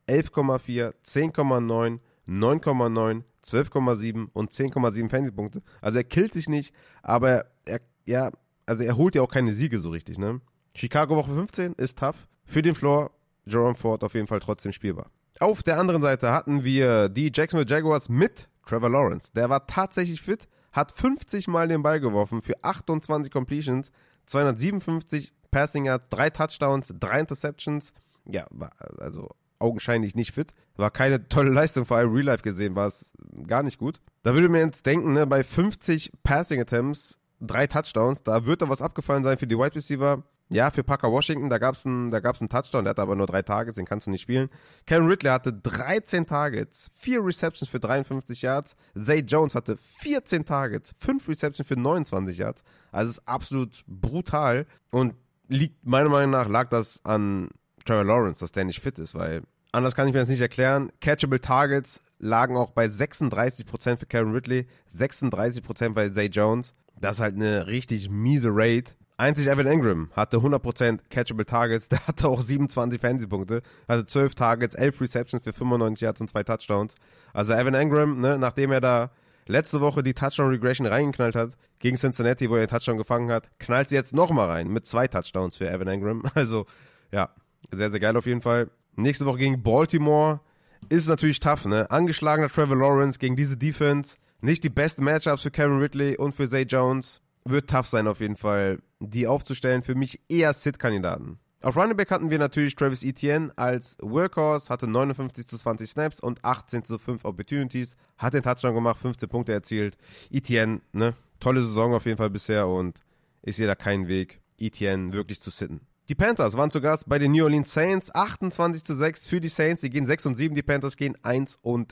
elf Komma vier, zehn Komma neun, neun Komma neun, zwölf Komma sieben und zehn Komma sieben Fantasy-Punkte. Also er killt sich nicht, aber er, ja, also er holt ja auch keine Siege so richtig, ne? Chicago Woche fünfzehn ist tough. Für den Floor, Jerome Ford auf jeden Fall trotzdem spielbar. Auf der anderen Seite hatten wir die Jacksonville Jaguars mit Trevor Lawrence. Der war tatsächlich fit, hat fünfzig Mal den Ball geworfen für achtundzwanzig Completions, zweihundertsiebenundfünfzig Passing Yards, drei Touchdowns, drei Interceptions. Ja, war also augenscheinlich nicht fit. War keine tolle Leistung, vor allem Real Life gesehen war es gar nicht gut. Da würde mir jetzt denken, ne, bei fünfzig Passing Attempts, drei Touchdowns, da wird doch was abgefallen sein für die Wide Receiver. Ja, für Parker Washington, da gab es einen, da gab's einen Touchdown, der hatte aber nur drei Targets, den kannst du nicht spielen. Karen Ridley hatte dreizehn Targets, vier Receptions für dreiundfünfzig Yards. Zay Jones hatte vierzehn Targets, fünf Receptions für neunundzwanzig Yards. Also es ist absolut brutal und liegt, meiner Meinung nach, lag das an Trevor Lawrence, dass der nicht fit ist, weil anders kann ich mir das nicht erklären. Catchable Targets lagen auch bei sechsunddreißig Prozent für Karen Ridley, sechsunddreißig Prozent bei Zay Jones. Das ist halt eine richtig miese Rate. Einzig Evan Engram hatte hundert Prozent Catchable Targets, der hatte auch siebenundzwanzig Fantasy-Punkte, hatte zwölf Targets, elf Receptions für fünfundneunzig Yards und zwei Touchdowns. Also Evan Engram, ne, nachdem er da letzte Woche die Touchdown-Regression reingeknallt hat, gegen Cincinnati, wo er den Touchdown gefangen hat, knallt sie jetzt nochmal rein mit zwei Touchdowns für Evan Engram. Also, ja, sehr, sehr geil auf jeden Fall. Nächste Woche gegen Baltimore ist natürlich tough, ne? Angeschlagener Trevor Lawrence gegen diese Defense. Nicht die besten Matchups für Karen Ridley und für Zay Jones. Wird tough sein auf jeden Fall, die aufzustellen. Für mich eher Sit-Kandidaten. Auf Running Back hatten wir natürlich Travis Etienne als Workhorse, hatte neunundfünfzig zu zwanzig Snaps und achtzehn zu fünf Opportunities, hat den Touchdown gemacht, fünfzehn Punkte erzielt. Etienne, ne, tolle Saison auf jeden Fall bisher und ich sehe da keinen Weg, Etienne wirklich zu sitten. Die Panthers waren zu Gast bei den New Orleans Saints, achtundzwanzig zu sechs für die Saints, die gehen sechs und sieben, die Panthers gehen eins und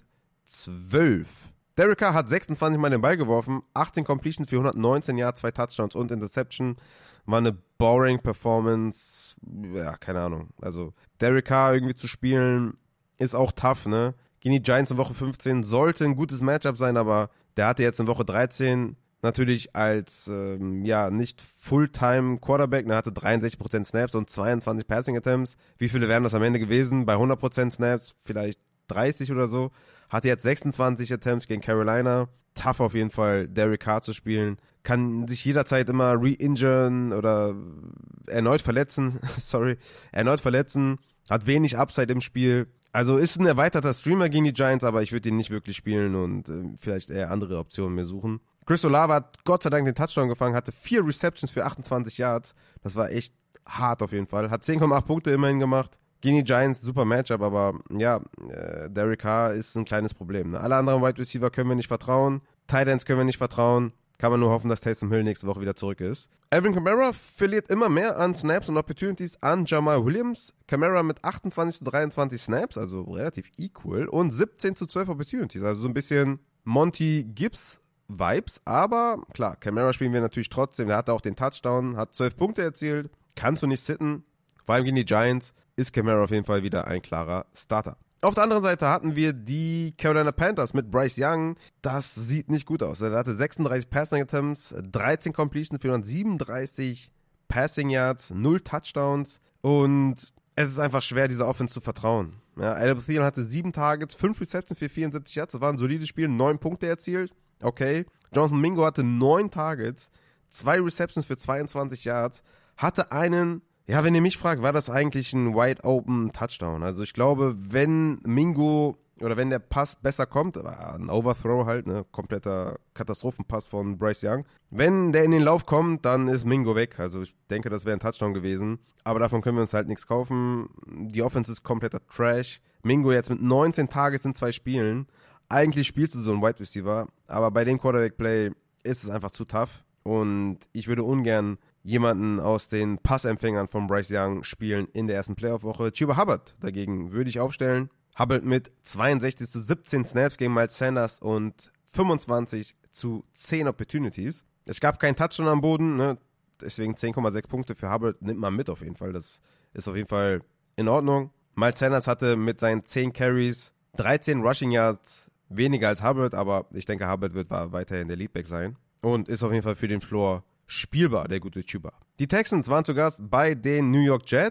zwölf. Derek Carr hat sechsundzwanzig Mal den Ball geworfen, achtzehn Completions für hundertneunzehn Yards, zwei Touchdowns und Interception. War eine boring Performance. Ja, keine Ahnung. Also Derek Carr irgendwie zu spielen ist auch tough, ne? Gegen die Giants in Woche fünfzehn sollte ein gutes Matchup sein, aber der hatte jetzt in Woche dreizehn natürlich als ähm, ja nicht Fulltime Quarterback, er hatte dreiundsechzig Prozent Snaps und zweiundzwanzig Passing Attempts. Wie viele wären das am Ende gewesen? Bei hundert Prozent Snaps vielleicht dreißig oder so. Hatte jetzt sechsundzwanzig Attempts gegen Carolina. Tough auf jeden Fall, Derek Carr zu spielen. Kann sich jederzeit immer re-injuren oder erneut verletzen. Sorry, erneut verletzen. Hat wenig Upside im Spiel. Also ist ein erweiterter Streamer gegen die Giants, aber ich würde ihn nicht wirklich spielen und äh, vielleicht eher andere Optionen mir suchen. Chris Olave hat Gott sei Dank den Touchdown gefangen, hatte vier Receptions für achtundzwanzig Yards. Das war echt hart auf jeden Fall. Hat zehn Komma acht Punkte immerhin gemacht. Gegen die Giants, super Matchup, aber ja, äh, Derek Carr ist ein kleines Problem. Ne? Alle anderen Wide Receiver können wir nicht vertrauen, Tight Ends können wir nicht vertrauen, kann man nur hoffen, dass Taysom Hill nächste Woche wieder zurück ist. Alvin Kamara verliert immer mehr an Snaps und Opportunities an Jamal Williams. Kamara mit achtundzwanzig zu dreiundzwanzig Snaps, also relativ equal, und siebzehn zu zwölf Opportunities, also so ein bisschen Monty Gibbs Vibes, aber klar, Kamara spielen wir natürlich trotzdem, der hatte auch den Touchdown, hat zwölf Punkte erzielt, kannst du nicht sitten, vor allem gegen die Giants ist Kamara auf jeden Fall wieder ein klarer Starter. Auf der anderen Seite hatten wir die Carolina Panthers mit Bryce Young. Das sieht nicht gut aus. Er hatte sechsunddreißig Passing Attempts, dreizehn Completions für siebenunddreißig Passing Yards, null Touchdowns und es ist einfach schwer, dieser Offense zu vertrauen. Ja, Adam Thielen hatte sieben Targets, fünf Receptions für vierundsiebzig Yards. Das war ein solides Spiel, neun Punkte erzielt. Okay. Jonathan Mingo hatte neun Targets, zwei Receptions für zweiundzwanzig Yards, hatte einen. Ja, wenn ihr mich fragt, war das eigentlich ein wide open Touchdown. Also ich glaube, wenn Mingo oder wenn der Pass besser kommt, ein Overthrow halt, ne, kompletter Katastrophenpass von Bryce Young. Wenn der in den Lauf kommt, dann ist Mingo weg. Also ich denke, das wäre ein Touchdown gewesen. Aber davon können wir uns halt nichts kaufen. Die Offense ist kompletter Trash. Mingo jetzt mit neunzehn Targets in zwei Spielen. Eigentlich spielst du so einen Wide Receiver, aber bei dem Quarterback-Play ist es einfach zu tough. Und ich würde ungern jemanden aus den Passempfängern von Bryce Young spielen in der ersten Playoff-Woche. Chuba Hubbard dagegen würde ich aufstellen. Hubbard mit zweiundsechzig zu siebzehn Snaps gegen Miles Sanders und fünfundzwanzig zu zehn Opportunities. Es gab keinen Touchdown am Boden, ne? Deswegen zehn Komma sechs Punkte für Hubbard nimmt man mit auf jeden Fall. Das ist auf jeden Fall in Ordnung. Miles Sanders hatte mit seinen zehn Carries dreizehn Rushing Yards weniger als Hubbard, aber ich denke, Hubbard wird weiterhin der Leadback sein und ist auf jeden Fall für den Floor spielbar, der gute Chuba. Die Texans waren zu Gast bei den New York Jets.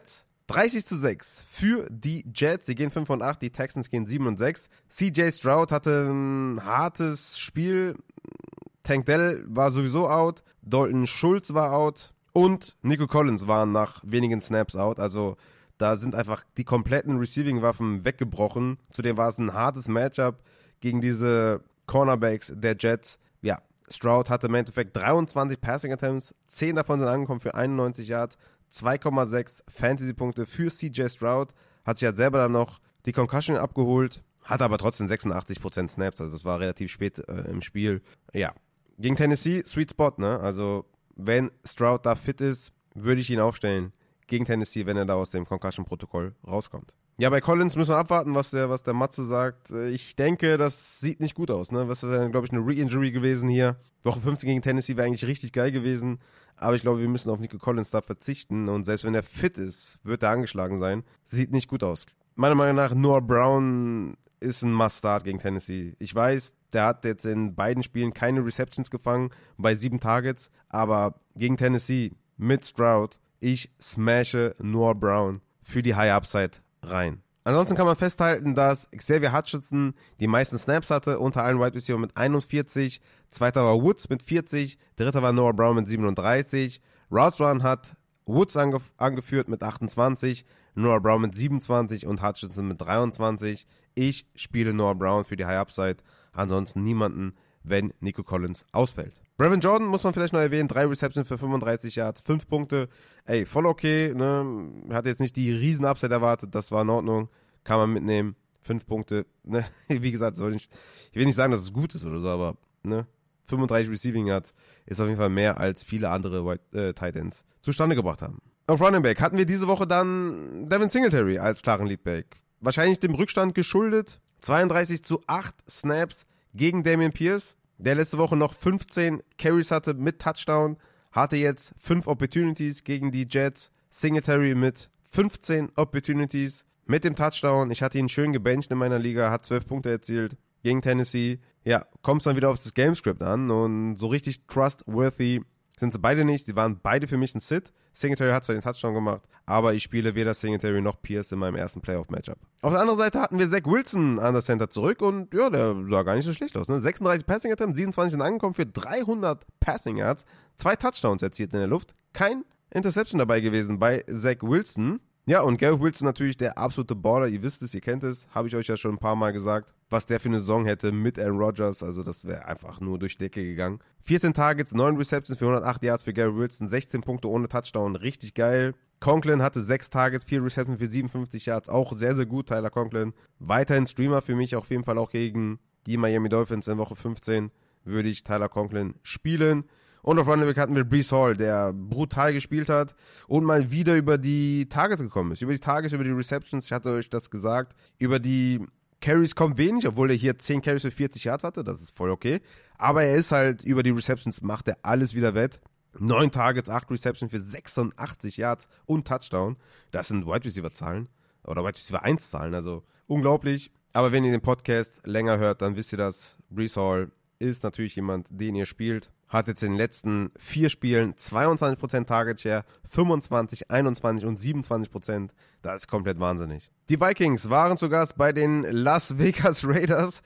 dreißig zu sechs für die Jets. Sie gehen fünf und acht, die Texans gehen sieben und sechs. C J Stroud hatte ein hartes Spiel. Tank Dell war sowieso out. Dalton Schultz war out. Und Nico Collins waren nach wenigen Snaps out. Also da sind einfach die kompletten Receiving-Waffen weggebrochen. Zudem war es ein hartes Matchup gegen diese Cornerbacks der Jets. Ja, Stroud hatte im Endeffekt dreiundzwanzig Passing Attempts. zehn davon sind angekommen für einundneunzig Yards. zwei Komma sechs Fantasy-Punkte für C J Stroud. Hat sich halt selber dann noch die Concussion abgeholt. Hatte aber trotzdem sechsundachtzig Prozent Snaps. Also das war relativ spät äh, im Spiel. Ja, gegen Tennessee, Sweet Spot, ne? Also wenn Stroud da fit ist, würde ich ihn aufstellen gegen Tennessee, wenn er da aus dem Concussion-Protokoll rauskommt. Ja, bei Collins müssen wir abwarten, was der, was der Matze sagt. Ich denke, das sieht nicht gut aus, ne? Das ist dann, glaube ich, eine Re-Injury gewesen hier. Woche fünfzehn gegen Tennessee wäre eigentlich richtig geil gewesen. Aber ich glaube, wir müssen auf Nico Collins da verzichten. Und selbst wenn er fit ist, wird er angeschlagen sein. Sieht nicht gut aus. Meiner Meinung nach, Noah Brown ist ein Must-Start gegen Tennessee. Ich weiß, der hat jetzt in beiden Spielen keine Receptions gefangen, bei sieben Targets. Aber gegen Tennessee mit Stroud, ich smashe Noah Brown für die High Upside rein. Ansonsten kann man festhalten, dass Xavier Hutchinson die meisten Snaps hatte, unter allen Wide Receiver mit einundvierzig, zweiter war Woods mit vierzig, dritter war Noah Brown mit siebenunddreißig, Route Run hat Woods angef- angeführt mit achtundzwanzig, Noah Brown mit siebenundzwanzig und Hutchinson mit dreiundzwanzig. Ich spiele Noah Brown für die High Upside, ansonsten niemanden, wenn Nico Collins ausfällt. Brevin Jordan muss man vielleicht noch erwähnen, drei Receptions für fünfunddreißig Yards, fünf Punkte, ey, voll okay, ne, hat jetzt nicht die riesen Upside erwartet, das war in Ordnung, kann man mitnehmen, fünf Punkte, ne, wie gesagt, soll ich, ich will nicht sagen, dass es gut ist oder so, aber, ne, fünfunddreißig Receiving Yards ist auf jeden Fall mehr, als viele andere White, äh, Tight Ends zustande gebracht haben. Auf Running Back hatten wir diese Woche dann Devin Singletary als klaren Leadback, wahrscheinlich dem Rückstand geschuldet, zweiunddreißig zu acht Snaps gegen Dameon Pierce, der letzte Woche noch fünfzehn Carries hatte mit Touchdown, hatte jetzt fünf Opportunities gegen die Jets. Singletary mit fünfzehn Opportunities mit dem Touchdown. Ich hatte ihn schön gebencht in meiner Liga, hat zwölf Punkte erzielt gegen Tennessee. Ja, kommt es dann wieder auf das Gamescript an und so richtig trustworthy sind sie beide nicht. Sie waren beide für mich ein Sit. Singletary hat zwar den Touchdown gemacht, aber ich spiele weder Singletary noch Pierce in meinem ersten Playoff-Matchup. Auf der anderen Seite hatten wir Zach Wilson an der Center zurück und ja, der sah gar nicht so schlecht aus. Ne? sechsunddreißig Passing Attempts, siebenundzwanzig sind angekommen für dreihundert Passing Yards, zwei Touchdowns erzielt in der Luft, kein Interception dabei gewesen bei Zach Wilson. Ja, und Garrett Wilson natürlich der absolute Baller, ihr wisst es, ihr kennt es, habe ich euch ja schon ein paar Mal gesagt, was der für eine Saison hätte mit Aaron Rodgers, also das wäre einfach nur durch die Decke gegangen. vierzehn Targets, neun Receptions für hundertacht Yards für Garrett Wilson, sechzehn Punkte ohne Touchdown, richtig geil. Conklin hatte sechs Targets, vier Receptions für siebenundfünfzig Yards, auch sehr, sehr gut, Tyler Conklin. Weiterhin Streamer für mich, auf jeden Fall auch gegen die Miami Dolphins in Woche fünfzehn würde ich Tyler Conklin spielen. Und auf Running Back hatten wir Breece Hall, der brutal gespielt hat und mal wieder über die Targets gekommen ist. Über die Targets, über die Receptions, ich hatte euch das gesagt. Über die Carries kommt wenig, obwohl er hier zehn Carries für vierzig Yards hatte, das ist voll okay. Aber er ist halt, über die Receptions macht er alles wieder wett. neun Targets, acht Receptions für sechsundachtzig Yards und Touchdown. Das sind Wide Receiver Zahlen oder Wide Receiver eins Zahlen, also unglaublich. Aber wenn ihr den Podcast länger hört, dann wisst ihr das. Breece Hall ist natürlich jemand, den ihr spielt. Hat jetzt in den letzten vier Spielen zweiundzwanzig Prozent Target Share, fünfundzwanzig, einundzwanzig und siebenundzwanzig Prozent. Das ist komplett wahnsinnig. Die Vikings waren zu Gast bei den Las Vegas Raiders.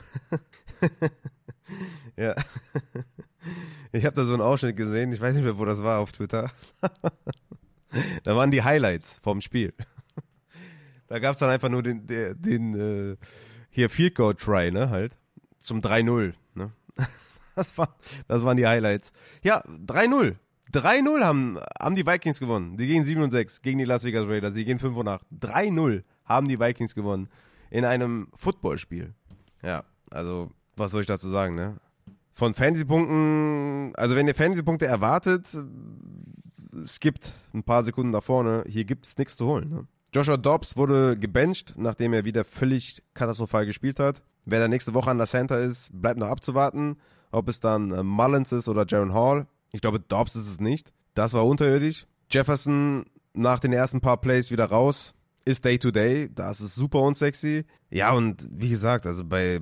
Ja. Ich habe da so einen Ausschnitt gesehen, ich weiß nicht mehr, wo das war auf Twitter. Da waren die Highlights vom Spiel. Da gab es dann einfach nur den, den, den äh, hier Field Goal Try, ne, halt, zum drei null, ne. Das, war, das waren die Highlights. Ja, drei null. drei null haben, haben die Vikings gewonnen. Die gehen sieben und sechs gegen die Las Vegas Raiders. Die gehen fünf und acht. drei null haben die Vikings gewonnen in einem Footballspiel. Ja, also, was soll ich dazu sagen, ne? Von Fantasy-Punkten, also wenn ihr Fantasy-Punkte erwartet, es gibt ein paar Sekunden da vorne, hier gibt es nichts zu holen, ne? Joshua Dobbs wurde gebencht, nachdem er wieder völlig katastrophal gespielt hat. Wer da nächste Woche an der Center ist, bleibt noch abzuwarten. Ob es dann äh, Mullins ist oder Jaron Hall. Ich glaube, Dobbs ist es nicht. Das war unterirdisch. Jefferson nach den ersten paar Plays wieder raus. Ist Day-to-Day. Das ist super unsexy. Ja, und wie gesagt, also bei, bei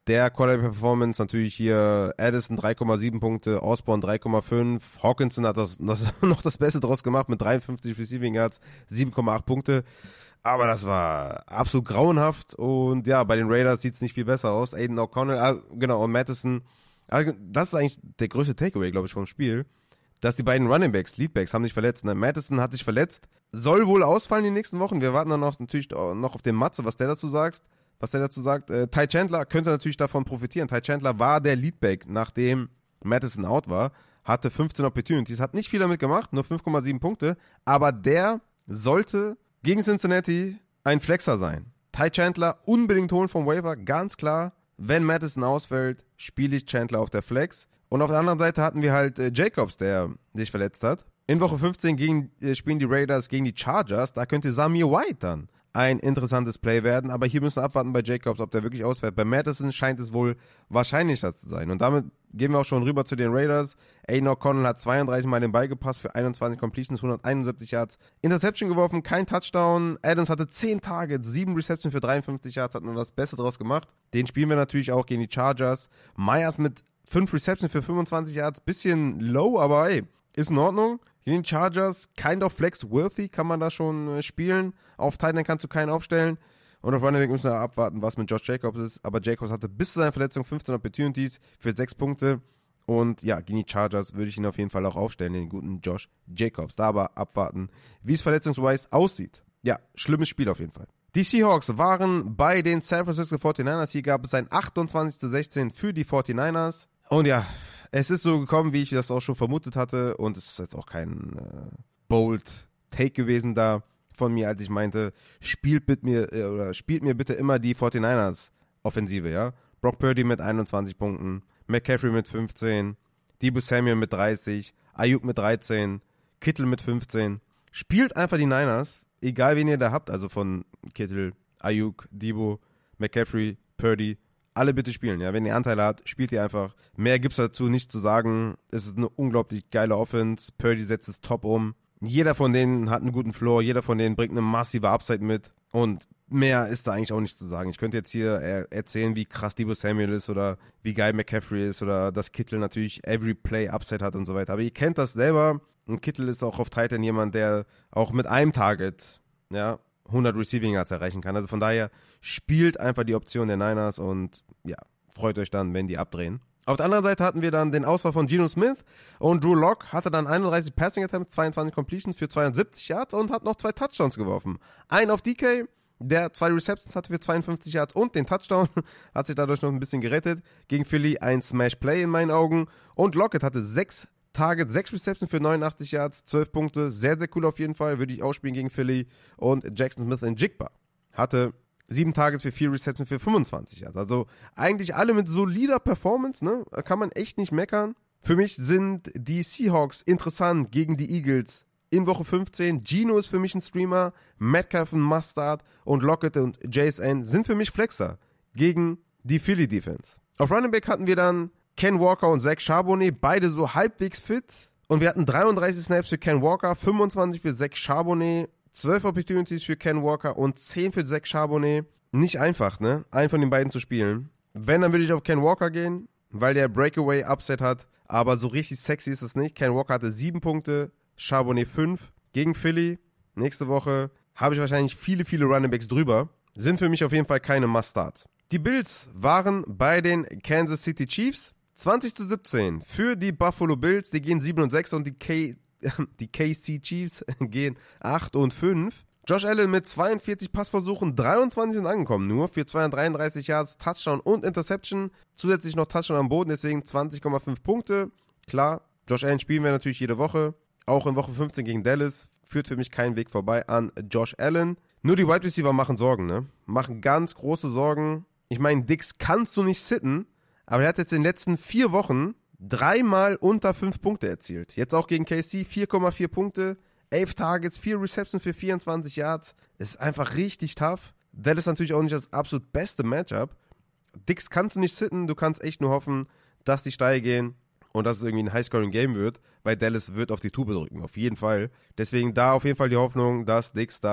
der Quarterback-Performance natürlich hier Addison drei Komma sieben Punkte, Osborne drei Komma fünf, Hawkinson hat das, das noch das Beste draus gemacht mit dreiundfünfzig Receiving Yards, sieben Komma acht Punkte. Aber das war absolut grauenhaft und ja, bei den Raiders sieht es nicht viel besser aus. Aiden O'Connell, ah, genau, und Mattison, ah, das ist eigentlich der größte Takeaway, glaube ich, vom Spiel, dass die beiden Running Backs, Leadbacks, haben sich verletzt. Ne? Mattison hat sich verletzt, soll wohl ausfallen die nächsten Wochen. Wir warten dann noch natürlich noch auf den Matze, was der dazu sagt. Was der dazu sagt. Äh, Ty Chandler könnte natürlich davon profitieren. Ty Chandler war der Leadback, nachdem Mattison out war, hatte fünfzehn Opportunities, hat nicht viel damit gemacht, nur fünf Komma sieben Punkte, aber der sollte gegen Cincinnati ein Flexer sein. Ty Chandler unbedingt holen vom Waiver, ganz klar. Wenn Mattison ausfällt, spiele ich Chandler auf der Flex. Und auf der anderen Seite hatten wir halt äh, Jacobs, der sich verletzt hat. In Woche fünfzehn gegen, äh, spielen die Raiders gegen die Chargers. Da könnte Zamir White dann ein interessantes Play werden. Aber hier müssen wir abwarten bei Jacobs, ob der wirklich ausfällt. Bei Mattison scheint es wohl wahrscheinlicher zu sein. Und damit gehen wir auch schon rüber zu den Raiders. Aiden O'Connell hat zweiunddreißig Mal den Ball gepasst für einundzwanzig Completions, hunderteinundsiebzig Yards. Interception geworfen, kein Touchdown. Adams hatte zehn Targets, sieben Receptions für dreiundfünfzig Yards, hat nur das Beste draus gemacht. Den spielen wir natürlich auch gegen die Chargers. Myers mit fünf Receptions für fünfundzwanzig Yards, bisschen low, aber ey, ist in Ordnung. Gegen die Chargers, kind of flex-worthy, kann man da schon äh, spielen. Auf Tight End kannst du keinen aufstellen. Und auf Running Back müssen wir abwarten, was mit Josh Jacobs ist. Aber Jacobs hatte bis zu seiner Verletzung fünfzehn Opportunities für sechs Punkte. Und ja, gegen die Chargers würde ich ihn auf jeden Fall auch aufstellen, den guten Josh Jacobs. Da aber abwarten, wie es verletzungsweise aussieht. Ja, schlimmes Spiel auf jeden Fall. Die Seahawks waren bei den San Francisco forty-niners. Hier gab es ein achtundzwanzig zu sechzehn für die forty-niners. Und ja, es ist so gekommen, wie ich das auch schon vermutet hatte. Und es ist jetzt auch kein äh, bold Take gewesen da von mir, als ich meinte, spielt mit mir äh, oder spielt mir bitte immer die forty-niners Offensive, ja. Brock Purdy mit einundzwanzig Punkten, McCaffrey mit fünfzehn, Deebo Samuel mit dreißig, Ayuk mit dreizehn, Kittle mit fünfzehn. Spielt einfach die Niners, egal wen ihr da habt, also von Kittle, Ayuk, Deebo, McCaffrey, Purdy, alle bitte spielen, ja. Wenn ihr Anteile habt, spielt ihr einfach. Mehr gibt's dazu nicht zu sagen. Es ist eine unglaublich geile Offense. Purdy setzt es top um. Jeder von denen hat einen guten Floor, jeder von denen bringt eine massive Upside mit und mehr ist da eigentlich auch nicht zu sagen. Ich könnte jetzt hier er- erzählen, wie krass Deebo Samuel ist oder wie geil McCaffrey ist oder dass Kittle natürlich every play Upside hat und so weiter. Aber ihr kennt das selber und Kittle ist auch auf Tight End jemand, der auch mit einem Target, ja, hundert Receiving Yards erreichen kann. Also von daher spielt einfach die Option der Niners und ja, freut euch dann, wenn die abdrehen. Auf der anderen Seite hatten wir dann den Ausfall von Geno Smith und Drew Lock hatte dann einunddreißig Passing Attempts, zweiundzwanzig Completions für zweihundertsiebzig Yards und hat noch zwei Touchdowns geworfen. Einen auf D K, der zwei Receptions hatte für zweiundfünfzig Yards und den Touchdown, hat sich dadurch noch ein bisschen gerettet. Gegen Philly ein Smash Play in meinen Augen und Lockett hatte sechs Targets, sechs Receptions für neunundachtzig Yards, zwölf Punkte, sehr, sehr cool auf jeden Fall, würde ich auch spielen gegen Philly. Und Jackson Smith in Jigba hatte sieben Targets für vier Receptions für fünfundzwanzig Yards. Also eigentlich alle mit solider Performance, ne? Da kann man echt nicht meckern. Für mich sind die Seahawks interessant gegen die Eagles in Woche fünfzehn. Geno ist für mich ein Streamer, Metcalf ein Mustard und Lockett und J S N sind für mich Flexer gegen die Philly Defense. Auf Running Back hatten wir dann Ken Walker und Zach Charbonnet, beide so halbwegs fit. Und wir hatten dreiunddreißig Snaps für Ken Walker, fünfundzwanzig für Zach Charbonnet, zwölf Opportunities für Ken Walker und zehn für Zach Charbonnet. Nicht einfach, ne? Einen von den beiden zu spielen. Wenn, dann würde ich auf Ken Walker gehen, weil der Breakaway-Upset hat. Aber so richtig sexy ist es nicht. Ken Walker hatte sieben Punkte, Charbonnet fünf gegen Philly. Nächste Woche habe ich wahrscheinlich viele, viele Runningbacks drüber. Sind für mich auf jeden Fall keine Must-Starts. Die Bills waren bei den Kansas City Chiefs. zwanzig zu siebzehn für die Buffalo Bills. Die gehen sieben und sechs und die K... Die K C Chiefs gehen acht und fünf. Josh Allen mit zweiundvierzig Passversuchen, dreiundzwanzig sind angekommen, nur für zweihundertdreiunddreißig Yards, Touchdown und Interception. Zusätzlich noch Touchdown am Boden, deswegen zwanzig Komma fünf Punkte. Klar, Josh Allen spielen wir natürlich jede Woche. Auch in Woche fünfzehn gegen Dallas führt für mich kein Weg vorbei an Josh Allen. Nur die Wide Receiver machen Sorgen, ne? Machen ganz große Sorgen. Ich meine, Dix kannst du nicht sitten, aber er hat jetzt in den letzten vier Wochen dreimal unter fünf Punkte erzielt. Jetzt auch gegen K C, vier Komma vier Punkte, elf Targets, vier Receptions für vierundzwanzig Yards. Ist einfach richtig tough. Dallas natürlich auch nicht das absolut beste Matchup. Dix kannst du nicht sitten, du kannst echt nur hoffen, dass die steil gehen und dass es irgendwie ein High-Scoring-Game wird, weil Dallas wird auf die Tube drücken, auf jeden Fall. Deswegen da auf jeden Fall die Hoffnung, dass Dix da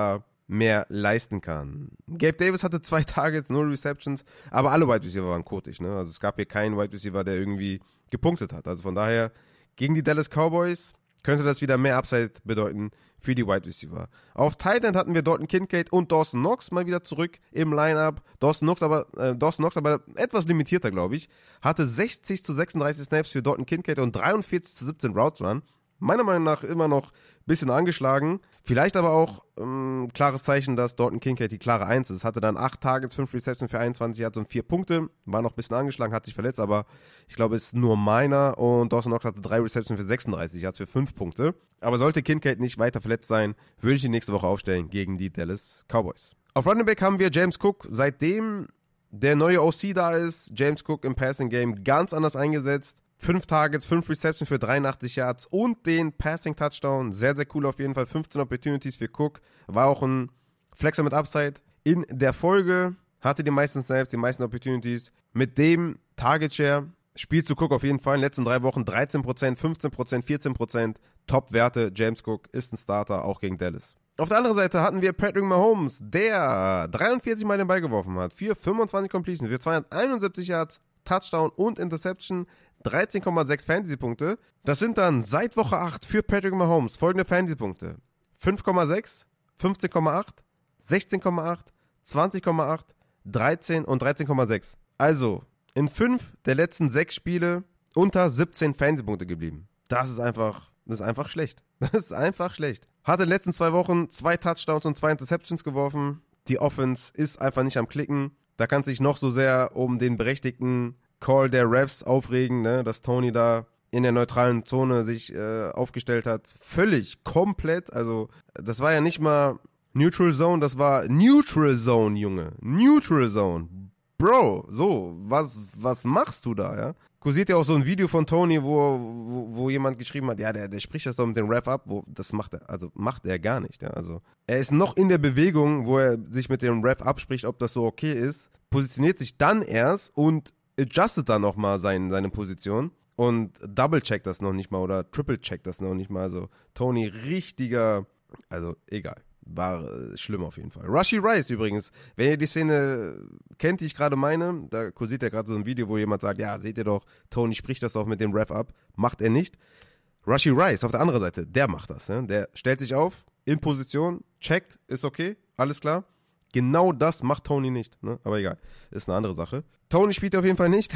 mehr leisten kann. Gabe Davis hatte zwei Targets, null Receptions, aber alle Wide Receiver waren kotig, ne? Also es gab hier keinen Wide Receiver, der irgendwie gepunktet hat. Also von daher, gegen die Dallas Cowboys könnte das wieder mehr Upside bedeuten für die Wide Receiver. Auf Tight End hatten wir Dalton Kincaid und Dawson Knox mal wieder zurück im Lineup. Dawson Knox aber, äh, Dawson Knox aber etwas limitierter, glaube ich. Hatte sechzig zu sechsunddreißig Snaps für Dalton Kincaid und dreiundvierzig zu siebzehn Routes Run. Meiner Meinung nach immer noch ein bisschen angeschlagen. Vielleicht aber auch ähm, klares Zeichen, dass Dalton Kincaid die klare Eins ist. Hatte dann acht Targets, fünf Receptions für einundzwanzig Yards und vier Punkte. War noch ein bisschen angeschlagen, hat sich verletzt, aber ich glaube, es ist nur meiner. Und Dawson Knox hatte drei Receptions für sechsunddreißig Yards für fünf Punkte. Aber sollte Kincaid nicht weiter verletzt sein, würde ich ihn nächste Woche aufstellen gegen die Dallas Cowboys. Auf Running Back haben wir James Cook. Seitdem der neue O C da ist, James Cook im Passing Game ganz anders eingesetzt. Fünf Targets, fünf Receptions für dreiundachtzig Yards und den Passing-Touchdown. Sehr, sehr cool auf jeden Fall. fünfzehn Opportunities für Cook. War auch ein Flexer mit Upside. In der Folge hatte die meisten Snaps, die meisten Opportunities. Mit dem Target-Share spielst du Cook auf jeden Fall. In den letzten drei Wochen dreizehn Prozent, fünfzehn Prozent, vierzehn Prozent. Top-Werte. James Cook ist ein Starter, auch gegen Dallas. Auf der anderen Seite hatten wir Patrick Mahomes, der dreiundvierzig Mal den Ball geworfen hat. Für fünfundzwanzig Completions, für zweihunderteinundsiebzig Yards, Touchdown und Interception. dreizehn Komma sechs Fantasy-Punkte. Das sind dann seit Woche acht für Patrick Mahomes folgende Fantasy-Punkte. fünf Komma sechs, fünfzehn Komma acht, sechzehn Komma acht, zwanzig Komma acht, dreizehn und dreizehn Komma sechs. Also in fünf der letzten sechs Spiele unter siebzehn Fantasy-Punkte geblieben. Das ist einfach, das ist einfach schlecht. Das ist einfach schlecht. Hatte in den letzten zwei Wochen zwei Touchdowns und zwei Interceptions geworfen. Die Offense ist einfach nicht am Klicken. Da kann sich noch so sehr um den berechtigten Call der Refs aufregen, ne, dass Tony da in der neutralen Zone sich äh, aufgestellt hat. Völlig, komplett, also das war ja nicht mal Neutral Zone, das war Neutral Zone, Junge. Neutral Zone. Bro, so, was, was machst du da, ja? Kursiert ja auch so ein Video von Tony, wo, wo, wo jemand geschrieben hat, ja, der, der spricht das doch mit dem Ref ab, wo, das macht er, also macht er gar nicht, ja, also er ist noch in der Bewegung, wo er sich mit dem Ref abspricht, ob das so okay ist, positioniert sich dann erst und adjustet dann nochmal sein, seine Position und double-checkt das noch nicht mal oder triple-checkt das noch nicht mal. Also Tony richtiger, also egal, war äh, schlimm auf jeden Fall. Rashee Rice übrigens, wenn ihr die Szene kennt, die ich gerade meine, da kursiert ja gerade so ein Video, wo jemand sagt, ja, seht ihr doch, Tony spricht das doch mit dem Ref ab. Macht er nicht. Rashee Rice auf der anderen Seite, der macht das. Ne? Der stellt sich auf, in Position, checkt, ist okay, alles klar. Genau das macht Tony nicht, ne? Aber egal, ist eine andere Sache. Tony spielt auf jeden Fall nicht.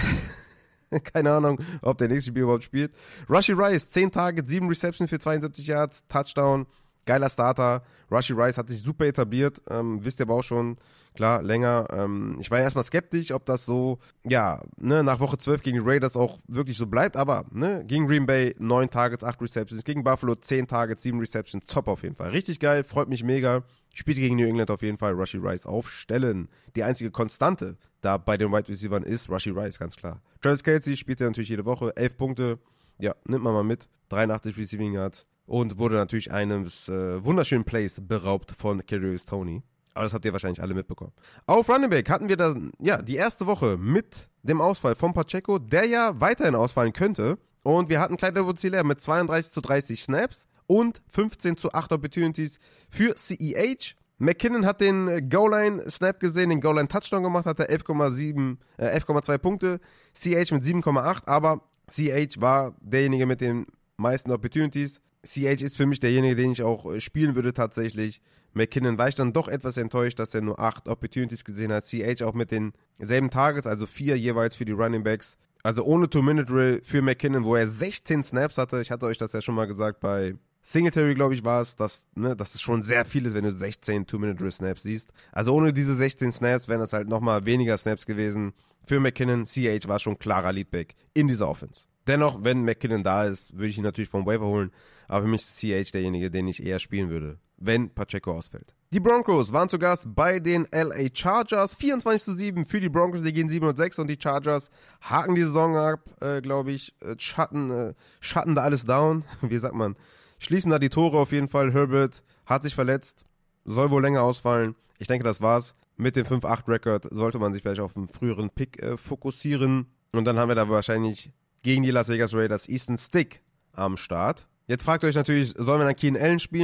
Keine Ahnung, ob der nächste Spiel überhaupt spielt. Rashee Rice, zehn Targets, sieben Receptions für zweiundsiebzig Yards, Touchdown, geiler Starter. Rashee Rice hat sich super etabliert, ähm, wisst ihr aber auch schon, klar, länger. Ähm, ich war ja erstmal skeptisch, ob das so, ja, ne, nach Woche zwölf gegen die Raiders auch wirklich so bleibt, aber, ne, gegen Green Bay neun Targets, acht Receptions, gegen Buffalo zehn Targets, sieben Receptions, top auf jeden Fall. Richtig geil, freut mich mega. Spielt gegen New England auf jeden Fall, Rashee Rice aufstellen. Die einzige Konstante da bei den Wide Receivers ist Rashee Rice, ganz klar. Travis Kelce spielt ja natürlich jede Woche, elf Punkte, ja, nimmt man mal mit, dreiundachtzig Receiving Yards und wurde natürlich eines äh, wunderschönen Plays beraubt von Kadarius Toney. Aber das habt ihr wahrscheinlich alle mitbekommen. Auf Running Back hatten wir dann, ja, die erste Woche mit dem Ausfall von Pacheco, der ja weiterhin ausfallen könnte. Und wir hatten Clyde Edwards-Helaire mit zweiunddreißig zu dreißig Snaps und fünfzehn zu acht Opportunities für C E H. McKinnon hat den Goal-Line-Snap gesehen, den Goal-Line-Touchdown gemacht, hatte elf Komma sieben, äh, elf Komma zwei Punkte, C H mit sieben Komma acht, aber C H war derjenige mit den meisten Opportunities. C H ist für mich derjenige, den ich auch spielen würde tatsächlich. McKinnon war ich dann doch etwas enttäuscht, dass er nur acht Opportunities gesehen hat. C H auch mit denselben Tages, also vier jeweils für die Running Backs. Also ohne Two-Minute-Drill für McKinnon, wo er sechzehn Snaps hatte. Ich hatte euch das ja schon mal gesagt bei Singletary, glaube ich, war es, dass, ne, dass es schon sehr viel ist, wenn du sechzehn Two-Minute-Drill-Snaps siehst. Also ohne diese sechzehn Snaps wären das halt nochmal weniger Snaps gewesen. Für McKinnon, C H war schon klarer Leadback in dieser Offense. Dennoch, wenn McKinnon da ist, würde ich ihn natürlich vom Waiver holen. Aber für mich ist C H derjenige, den ich eher spielen würde, wenn Pacheco ausfällt. Die Broncos waren zu Gast bei den L A Chargers. vierundzwanzig zu sieben für die Broncos, die gehen sieben und sechs und die Chargers haken die Saison ab, äh, glaube ich. Äh, schatten, äh, schatten da alles down. Wie sagt man? Schließen da die Tore auf jeden Fall. Herbert hat sich verletzt, soll wohl länger ausfallen. Ich denke, das war's. Mit dem fünf acht Rekord sollte man sich vielleicht auf einen früheren Pick äh, fokussieren. Und dann haben wir da wahrscheinlich gegen die Las Vegas Raiders Easton Stick am Start. Jetzt fragt ihr euch natürlich, sollen wir dann Keenan Allen spielen?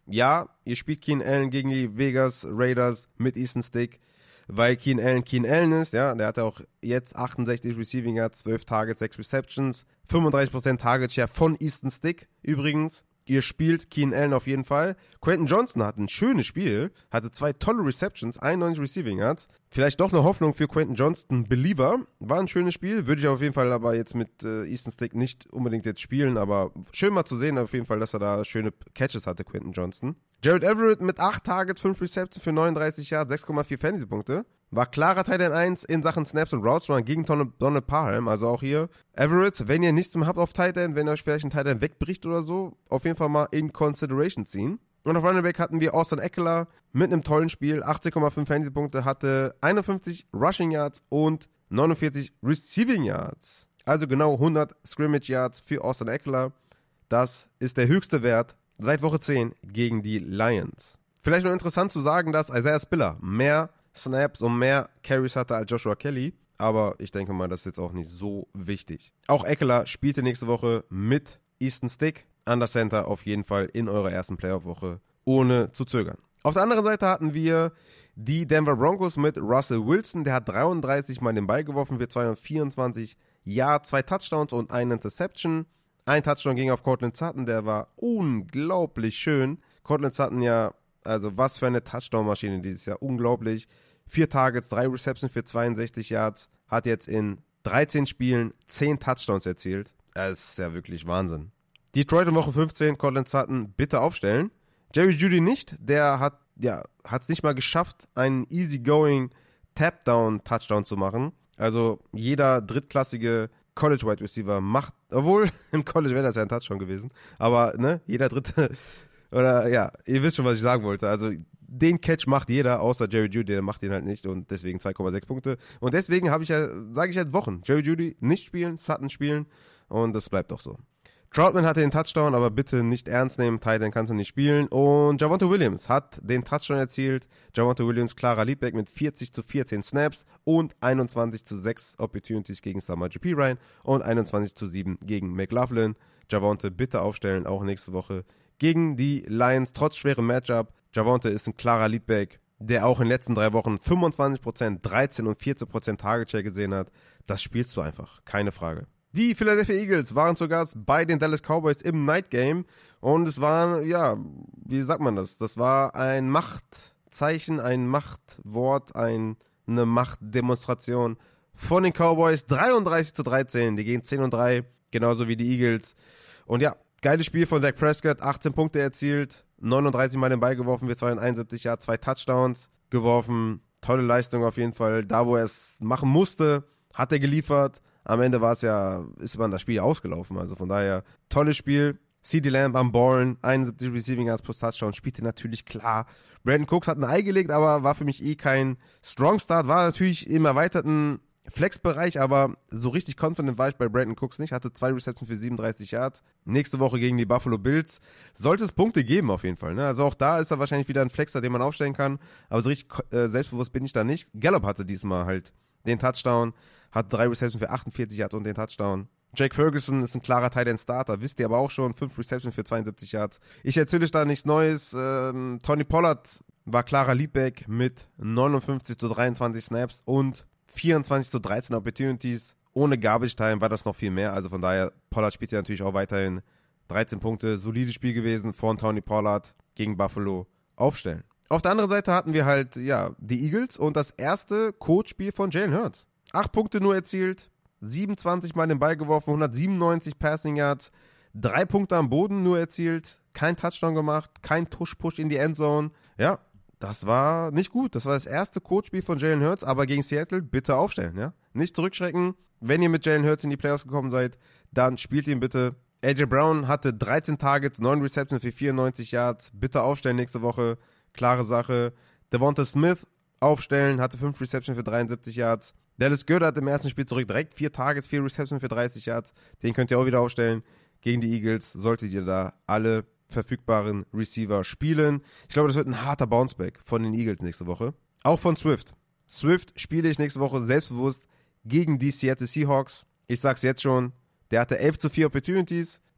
Ja, ihr spielt Keenan Allen gegen die Vegas Raiders mit Easton Stick, weil Keenan Allen Keenan Allen ist, ja, der hatte auch jetzt achtundsechzig Receiving Yards, zwölf Targets, sechs Receptions, fünfunddreißig Prozent Target Share von Easton Stick übrigens. Ihr spielt Keenan Allen auf jeden Fall. Quentin Johnson hat ein schönes Spiel, hatte zwei tolle Receptions, einundneunzig Receiving Yards. Vielleicht doch eine Hoffnung für Quentin Johnston, Believer. War ein schönes Spiel, würde ich auf jeden Fall aber jetzt mit äh, Easton Stick nicht unbedingt jetzt spielen, aber schön mal zu sehen auf jeden Fall, dass er da schöne Catches hatte, Quentin Johnston. Jared Everett mit acht Targets, fünf Receptions für neununddreißig Yards, sechs Komma vier Fantasy-Punkte. War klarer Tight End eins in Sachen Snaps und Routes Run gegen Donald Parham. Also auch hier Everett, wenn ihr nichts mehr habt auf Tight End, wenn euch vielleicht ein Tight End wegbricht oder so, auf jeden Fall mal in Consideration ziehen. Und auf Running Back hatten wir Austin Ekeler mit einem tollen Spiel. achtzehn Komma fünf Fantasy-Punkte, hatte einundfünfzig Rushing Yards und neunundvierzig Receiving Yards. Also genau hundert Scrimmage Yards für Austin Ekeler. Das ist der höchste Wert seit Woche zehn gegen die Lions. Vielleicht noch interessant zu sagen, dass Isaiah Spiller mehr Snaps und mehr Carries hatte als Joshua Kelly, aber ich denke mal, das ist jetzt auch nicht so wichtig. Auch Ekeler spielte nächste Woche mit Easton Stick an der Center auf jeden Fall in eurer ersten Playoff-Woche, ohne zu zögern. Auf der anderen Seite hatten wir die Denver Broncos mit Russell Wilson, der hat dreiunddreißig Mal den Ball geworfen für zweihundertvierundzwanzig Yards, zwei Touchdowns und eine Interception. Ein Touchdown ging auf Courtland Sutton, der war unglaublich schön. Courtland Sutton ja, also was für eine Touchdown-Maschine dieses Jahr, unglaublich. Vier Targets, drei Receptions für zweiundsechzig Yards, hat jetzt in dreizehn Spielen zehn Touchdowns erzielt. Das ist ja wirklich Wahnsinn. Detroit in Woche fünfzehn, Courtland Sutton bitte aufstellen. Jerry Jeudy nicht, der hat ja hat es nicht mal geschafft, einen easygoing Tap-Down-Touchdown zu machen. Also jeder drittklassige College-Wide Receiver macht, obwohl im College wäre das ja ein Touchdown gewesen, aber ne, jeder dritte, oder ja, ihr wisst schon, was ich sagen wollte. Also den Catch macht jeder, außer Jerry Jeudy, der macht ihn halt nicht und deswegen zwei Komma sechs Punkte. Und deswegen habe ich ja, sage ich seit Wochen, Jerry Jeudy nicht spielen, Sutton spielen und das bleibt auch so. Troutman hatte den Touchdown, aber bitte nicht ernst nehmen, Tight End kannst du nicht spielen. Und Javonte Williams hat den Touchdown erzielt. Javonte Williams, klarer Leadback mit vierzig zu vierzehn Snaps und einundzwanzig zu sechs Opportunities gegen Samaje Perine und einundzwanzig zu sieben gegen McLaughlin. Javonte bitte aufstellen, auch nächste Woche gegen die Lions, trotz schwerem Matchup. Javonte ist ein klarer Leadback, der auch in den letzten drei Wochen fünfundzwanzig Prozent, dreizehn und vierzehn Prozent Target Share gesehen hat. Das spielst du einfach, keine Frage. Die Philadelphia Eagles waren zu Gast bei den Dallas Cowboys im Night Game und es war, ja, wie sagt man das? Das war ein Machtzeichen, ein Machtwort, ein, eine Machtdemonstration von den Cowboys. dreiunddreißig zu dreizehn, die gehen zehn und drei, genauso wie die Eagles. Und ja, geiles Spiel von Dak Prescott, achtzehn Punkte erzielt, neununddreißig Mal den Ball geworfen, wir zweihunderteinundsiebzig Yards, zwei Touchdowns geworfen. Tolle Leistung auf jeden Fall. Da, wo er es machen musste, hat er geliefert. Am Ende war es ja, ist man das Spiel ausgelaufen. Also von daher, tolles Spiel. CeeDee Lamb am Ballen, einundsiebzig Receiving Yards plus Touchdown, spielte natürlich klar. Brandon Cooks hat ein Ei gelegt, aber war für mich eh kein Strong Start. War natürlich im erweiterten Flex-Bereich, aber so richtig confident war ich bei Brandon Cooks nicht. Hatte zwei Receptions für siebenunddreißig Yards. Nächste Woche gegen die Buffalo Bills. Sollte es Punkte geben auf jeden Fall. Ne? Also auch da ist er wahrscheinlich wieder ein Flexer, den man aufstellen kann. Aber so richtig äh, selbstbewusst bin ich da nicht. Gallup hatte diesmal halt den Touchdown. Hat drei Receptions für achtundvierzig Yards und den Touchdown. Jake Ferguson ist ein klarer Tight End Starter, wisst ihr aber auch schon. fünf Receptions für zweiundsiebzig Yards. Ich erzähle euch da nichts Neues. Ähm, Tony Pollard war klarer Leadback mit neunundfünfzig zu dreiundzwanzig Snaps und vierundzwanzig zu dreizehn Opportunities. Ohne Garbage Time war das noch viel mehr. Also von daher, Pollard spielt ja natürlich auch weiterhin dreizehn Punkte. Solides Spiel gewesen von Tony Pollard gegen Buffalo. Aufstellen. Auf der anderen Seite hatten wir halt, ja, die Eagles und das erste Coach-Spiel von Jalen Hurts. Acht Punkte nur erzielt, siebenundzwanzig Mal den Ball geworfen, hundertsiebenundneunzig Passing Yards, drei Punkte am Boden nur erzielt, kein Touchdown gemacht, kein Tush-Push in die Endzone. Ja, das war nicht gut. Das war das erste Coach-Spiel von Jalen Hurts, aber gegen Seattle bitte aufstellen. Ja? Nicht zurückschrecken. Wenn ihr mit Jalen Hurts in die Playoffs gekommen seid, dann spielt ihn bitte. A J Brown hatte dreizehn Targets, neun Receptions für vierundneunzig Yards. Bitte aufstellen nächste Woche. Klare Sache. Devonta Smith aufstellen, hatte fünf Receptions für dreiundsiebzig Yards. Dallas Goedert hat im ersten Spiel zurück direkt vier Targets, vier Receptions für dreißig Yards. Den könnt ihr auch wieder aufstellen. Gegen die Eagles solltet ihr da alle verfügbaren Receiver spielen. Ich glaube, das wird ein harter Bounceback von den Eagles nächste Woche. Auch von Swift. Swift spiele ich nächste Woche selbstbewusst gegen die Seattle Seahawks. Ich sag's jetzt schon, der hatte elf zu vier Opportunities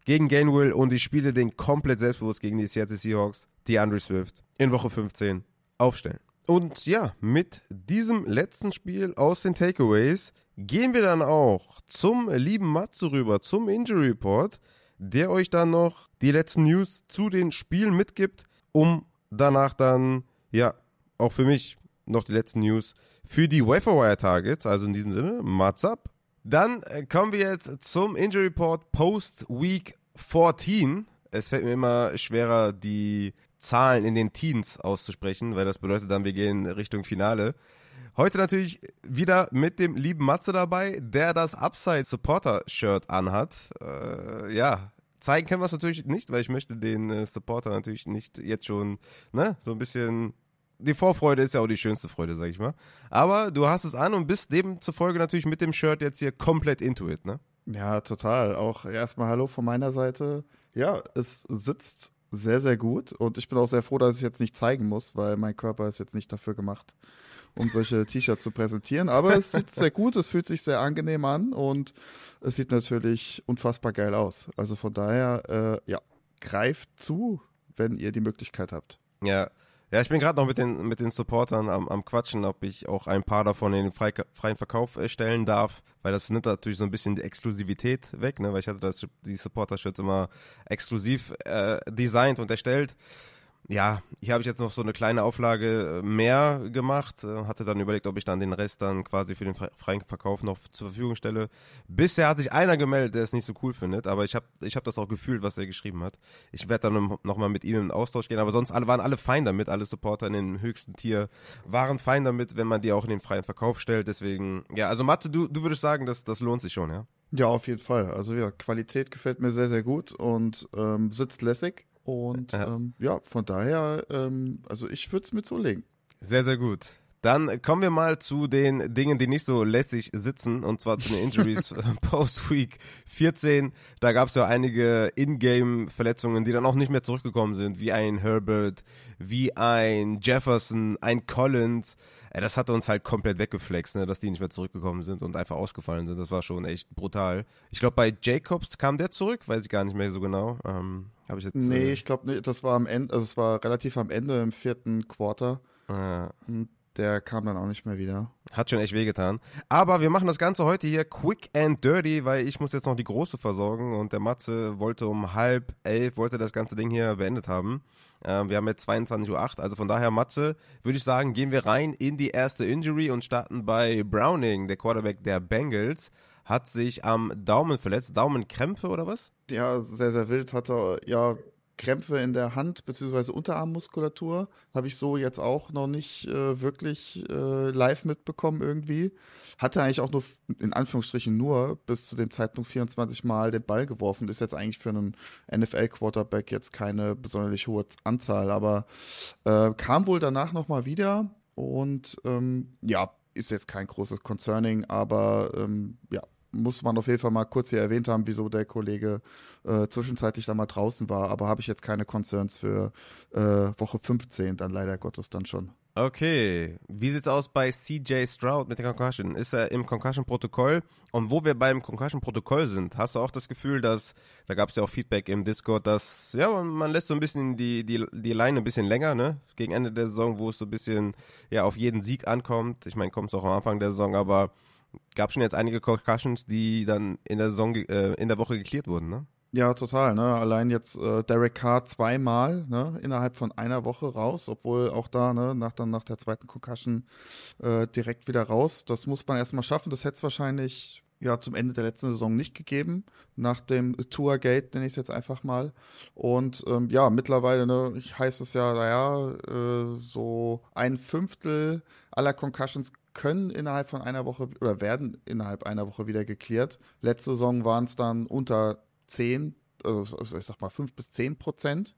gegen Gainwell und ich spiele den komplett selbstbewusst gegen die Seattle Seahawks, DeAndre Swift, in Woche fünfzehn aufstellen. Und ja, mit diesem letzten Spiel aus den Takeaways gehen wir dann auch zum lieben Matze rüber, zum Injury Report, der euch dann noch die letzten News zu den Spielen mitgibt, um danach dann, ja, auch für mich noch die letzten News für die Waiver Targets, also in diesem Sinne, Mats ab. Dann kommen wir jetzt zum Injury Report Post Week vierzehn. Es fällt mir immer schwerer, die Zahlen in den Teens auszusprechen, weil das bedeutet dann, wir gehen Richtung Finale. Heute natürlich wieder mit dem lieben Matze dabei, der das Upside Supporter Shirt anhat. Äh, ja, zeigen können wir es natürlich nicht, weil ich möchte den äh, Supporter natürlich nicht jetzt schon, ne, so ein bisschen, die Vorfreude ist ja auch die schönste Freude, sag ich mal. Aber du hast es an und bist demzufolge natürlich mit dem Shirt jetzt hier komplett into it, ne? Ja, total. Auch erstmal Hallo von meiner Seite. Ja, es sitzt sehr, sehr gut und ich bin auch sehr froh, dass ich es jetzt nicht zeigen muss, weil mein Körper ist jetzt nicht dafür gemacht, um solche T-Shirts zu präsentieren. Aber es sieht sehr gut, es fühlt sich sehr angenehm an und es sieht natürlich unfassbar geil aus. Also von daher, äh, ja, greift zu, wenn ihr die Möglichkeit habt. Ja, ja, ich bin gerade noch mit den, mit den Supportern am, am Quatschen, ob ich auch ein paar davon in den frei, freien Verkauf äh, stellen darf, weil das nimmt natürlich so ein bisschen die Exklusivität weg, ne? Weil ich hatte das, die Supporter-Shirts immer exklusiv äh, designt und erstellt. Ja, hier habe ich jetzt noch so eine kleine Auflage mehr gemacht, hatte dann überlegt, ob ich dann den Rest dann quasi für den freien Verkauf noch zur Verfügung stelle. Bisher hat sich einer gemeldet, der es nicht so cool findet, aber ich habe ich hab das auch gefühlt, was er geschrieben hat. Ich werde dann nochmal mit ihm in Austausch gehen, aber sonst alle, waren alle fein damit, alle Supporter in dem höchsten Tier waren fein damit, wenn man die auch in den freien Verkauf stellt, deswegen, ja, also Matze, du, du würdest sagen, das, das lohnt sich schon, ja? Ja, auf jeden Fall. Also ja, Qualität gefällt mir sehr, sehr gut und ähm, sitzt lässig. Und ja, ähm, ja von daher, ähm, also ich würde es mir zulegen. Sehr, sehr gut. Dann kommen wir mal zu den Dingen, die nicht so lässig sitzen, und zwar zu den Injuries Post-Week vierzehn. Da gab es ja einige In-Game-Verletzungen, die dann auch nicht mehr zurückgekommen sind, wie ein Herbert, wie ein Jefferson, ein Collins. Das hat uns halt komplett weggeflext, ne, dass die nicht mehr zurückgekommen sind und einfach ausgefallen sind. Das war schon echt brutal. Ich glaube, bei Jacobs kam der zurück, weiß ich gar nicht mehr so genau. Ähm, hab ich jetzt, nee, äh, ich glaube, nee, das war am Ende, also es war relativ am Ende im vierten Quarter. Äh, Und der kam dann auch nicht mehr wieder. Hat schon echt wehgetan. Aber wir machen das Ganze heute hier quick and dirty, weil ich muss jetzt noch die Große versorgen und der Matze wollte um halb elf, wollte das ganze Ding hier beendet haben. Ähm, wir haben jetzt zweiundzwanzig Uhr acht, also von daher, Matze, würde ich sagen, gehen wir rein in die erste Injury und starten bei Browning, der Quarterback der Bengals. Hat sich am Daumen verletzt, Daumenkrämpfe oder was? Ja, sehr, sehr wild. Hatte ja Krämpfe in der Hand- bzw. Unterarmmuskulatur. Habe ich so jetzt auch noch nicht äh, wirklich äh, live mitbekommen irgendwie. Hatte eigentlich auch nur, in Anführungsstrichen nur, bis zu dem Zeitpunkt vierundzwanzig Mal den Ball geworfen. Ist jetzt eigentlich für einen N F L-Quarterback jetzt keine besonders hohe Anzahl, aber äh, kam wohl danach nochmal wieder und ähm, ja, ist jetzt kein großes Concerning, aber ähm, ja, muss man auf jeden Fall mal kurz hier erwähnt haben, wieso der Kollege äh, zwischenzeitlich da mal draußen war. Aber habe ich jetzt keine Concerns für äh, Woche fünfzehn, dann leider Gottes dann schon. Okay, wie sieht's aus bei C J Stroud mit der Concussion? Ist er im Concussion-Protokoll? Und wo wir beim Concussion-Protokoll sind, hast du auch das Gefühl, dass, da gab es ja auch Feedback im Discord, dass, ja, man lässt so ein bisschen die, die, die Leine ein bisschen länger, ne? Gegen Ende der Saison, wo es so ein bisschen, ja, auf jeden Sieg ankommt. Ich meine, kommt es auch am Anfang der Saison, aber gab schon jetzt einige Concussions, die dann in der Saison, äh, in der Woche geklärt wurden, ne? Ja, total, ne? Allein jetzt äh, Derek Carr zweimal, ne, innerhalb von einer Woche raus, obwohl auch da, ne, nach, dann nach der zweiten Concussion äh, direkt wieder raus. Das muss man erstmal schaffen. Das hätte es wahrscheinlich ja zum Ende der letzten Saison nicht gegeben, nach dem Tourgate, nenne ich es jetzt einfach mal. Und ähm, ja, mittlerweile, ne, heißt es ja, naja, äh, so ein Fünftel aller Concussions können innerhalb von einer Woche oder werden innerhalb einer Woche wieder geklärt. Letzte Saison waren es dann unter zehn, also ich sag mal fünf bis zehn Prozent.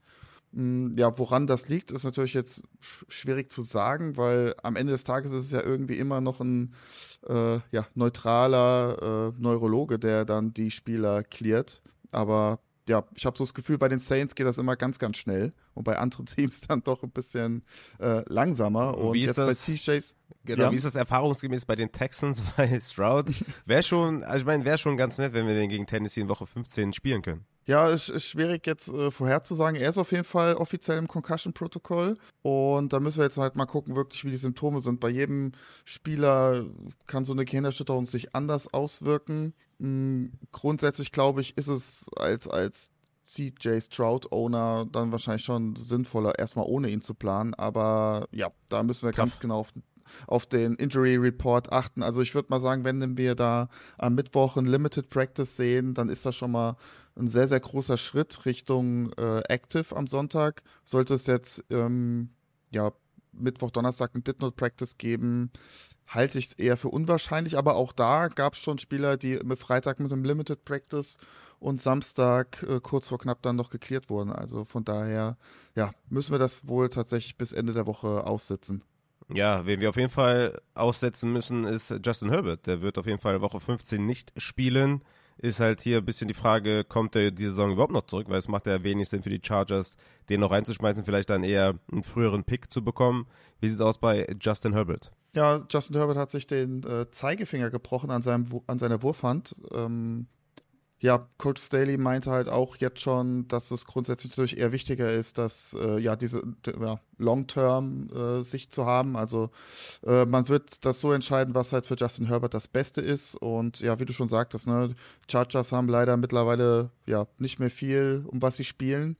Ja, woran das liegt, ist natürlich jetzt schwierig zu sagen, weil am Ende des Tages ist es ja irgendwie immer noch ein äh, ja, neutraler äh, Neurologe, der dann die Spieler cleart. Aber ja, ich habe so das Gefühl, bei den Saints geht das immer ganz, ganz schnell und bei anderen Teams dann doch ein bisschen äh, langsamer. Und wie ist jetzt das? bei T Js Genau, ja. wie ist das erfahrungsgemäß bei den Texans bei Stroud? Wäre schon, also ich meine, wäre schon ganz nett, wenn wir den gegen Tennessee in Woche fünfzehn spielen können. Ja, ist, ist schwierig jetzt äh, vorherzusagen. Er ist auf jeden Fall offiziell im Concussion-Protokoll und da müssen wir jetzt halt mal gucken, wirklich, wie die Symptome sind. Bei jedem Spieler kann so eine Gehirnerschütterung sich anders auswirken. Hm, grundsätzlich glaube ich, ist es als, als C J Stroud-Owner dann wahrscheinlich schon sinnvoller, erstmal ohne ihn zu planen. Aber ja, da müssen wir ganz Tough. genau auf, auf den Injury Report achten. Also ich würde mal sagen, wenn wir da am Mittwoch ein Limited Practice sehen, dann ist das schon mal ein sehr, sehr großer Schritt Richtung äh, Active am Sonntag. Sollte es jetzt ähm, ja, Mittwoch, Donnerstag ein Did Not Practice geben, halte ich es eher für unwahrscheinlich, aber auch da gab es schon Spieler, die mit Freitag mit einem Limited Practice und Samstag äh, kurz vor knapp dann noch geklärt wurden. Also von daher, ja, müssen wir das wohl tatsächlich bis Ende der Woche aussitzen. Ja, wen wir auf jeden Fall aussetzen müssen, ist Justin Herbert. Der wird auf jeden Fall Woche fünfzehn nicht spielen. Ist halt hier ein bisschen die Frage, kommt er die Saison überhaupt noch zurück? Weil es macht ja wenig Sinn für die Chargers, den noch reinzuschmeißen, vielleicht dann eher einen früheren Pick zu bekommen. Wie sieht es aus bei Justin Herbert? Ja, Justin Herbert hat sich den äh, Zeigefinger gebrochen an seinem, Wu- an seiner Wurfhand. Ähm, Ja, Coach Staley meinte halt auch jetzt schon, dass es grundsätzlich natürlich eher wichtiger ist, dass äh, ja diese d- ja, Long-Term äh, Sicht zu haben. Also äh, man wird das so entscheiden, was halt für Justin Herbert das Beste ist. Und ja, wie du schon sagtest, ne, Chargers haben leider mittlerweile ja nicht mehr viel, um was sie spielen.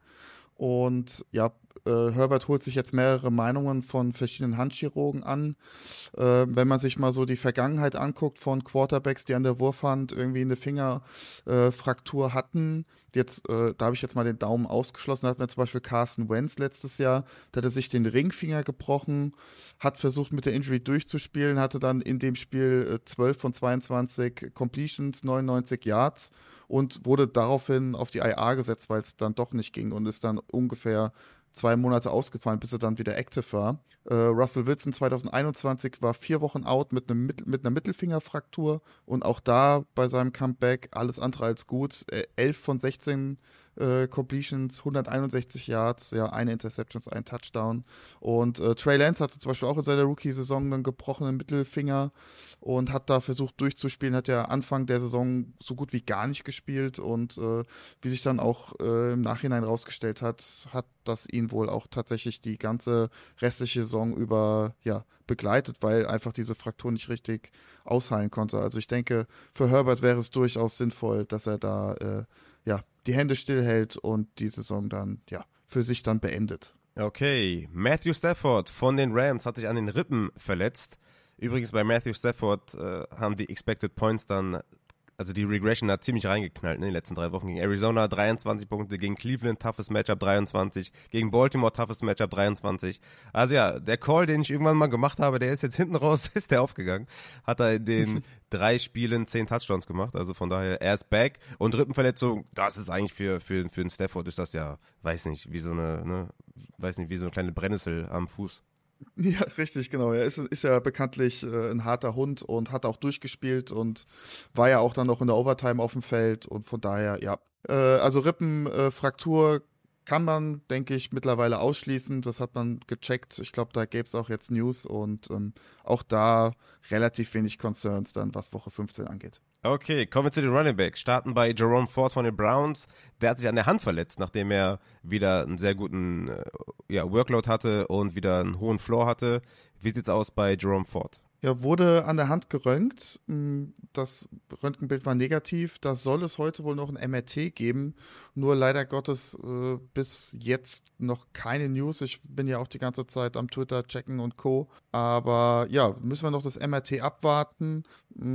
Und ja, äh, Herbert holt sich jetzt mehrere Meinungen von verschiedenen Handchirurgen an. Äh, wenn man sich mal so die Vergangenheit anguckt von Quarterbacks, die an der Wurfhand irgendwie eine Fingerfraktur äh, hatten. Jetzt, äh, da habe ich jetzt mal den Daumen ausgeschlossen. Da hatten wir zum Beispiel Carson Wentz letztes Jahr. Da hat er sich den Ringfinger gebrochen, hat versucht mit der Injury durchzuspielen, hatte dann in dem Spiel äh, zwölf von zweiundzwanzig Completions, neunundneunzig Yards und wurde daraufhin auf die I R gesetzt, weil es dann doch nicht ging und ist dann ungefähr zwei Monate ausgefallen, bis er dann wieder active war. Äh, Russell Wilson zwanzig einundzwanzig war vier Wochen out mit, einem, mit, mit einer Mittelfingerfraktur und auch da bei seinem Comeback alles andere als gut. Äh, elf von sechzehn äh, Completions, hunderteinundsechzig Yards, ja, eine Interception, ein Touchdown. Und äh, Trey Lance hatte zum Beispiel auch in seiner Rookie-Saison einen gebrochenen Mittelfinger und hat da versucht durchzuspielen, hat ja Anfang der Saison so gut wie gar nicht gespielt und äh, wie sich dann auch äh, im Nachhinein rausgestellt hat, hat das ihn wohl auch tatsächlich die ganze restliche Saison über ja, begleitet, weil einfach diese Fraktur nicht richtig ausheilen konnte. Also ich denke, für Herbert wäre es durchaus sinnvoll, dass er da äh, ja, die Hände stillhält und die Saison dann ja, für sich dann beendet. Okay, Matthew Stafford von den Rams hat sich an den Rippen verletzt. Übrigens bei Matthew Stafford äh, haben die Expected Points dann, also die Regression hat ziemlich reingeknallt in den letzten drei Wochen. Gegen Arizona dreiundzwanzig Punkte, gegen Cleveland toughest Matchup dreiundzwanzig, gegen Baltimore toughest Matchup dreiundzwanzig. Also ja, der Call, den ich irgendwann mal gemacht habe, der ist jetzt hinten raus, ist der aufgegangen. Hat er in den drei Spielen zehn Touchdowns gemacht, also von daher, er ist back. Und Rippenverletzung, das ist eigentlich für, für, für einen Stafford, ist das ja, weiß nicht, wie so eine, ne, weiß nicht, wie so eine kleine Brennnessel am Fuß. Ja, richtig, genau. Er ist, ist ja bekanntlich äh, ein harter Hund und hat auch durchgespielt und war ja auch dann noch in der Overtime auf dem Feld und von daher, ja. Äh, also Rippenfraktur äh, kann man, denke ich, mittlerweile ausschließen. Das hat man gecheckt. Ich glaube, da gäbe es auch jetzt News und ähm, auch da relativ wenig Concerns dann, was Woche fünfzehn angeht. Okay, kommen wir zu den Running Backs. Starten bei Jerome Ford von den Browns. Der hat sich an der Hand verletzt, nachdem er wieder einen sehr guten äh, ja, Workload hatte und wieder einen hohen Floor hatte. Wie sieht's aus bei Jerome Ford? Ja, wurde an der Hand geröntgt. Mm, Das Röntgenbild war negativ. Da soll es heute wohl noch ein M R T geben. Nur leider Gottes äh, bis jetzt noch keine News. Ich bin ja auch die ganze Zeit am Twitter checken und Co. Aber ja, müssen wir noch das M R T abwarten.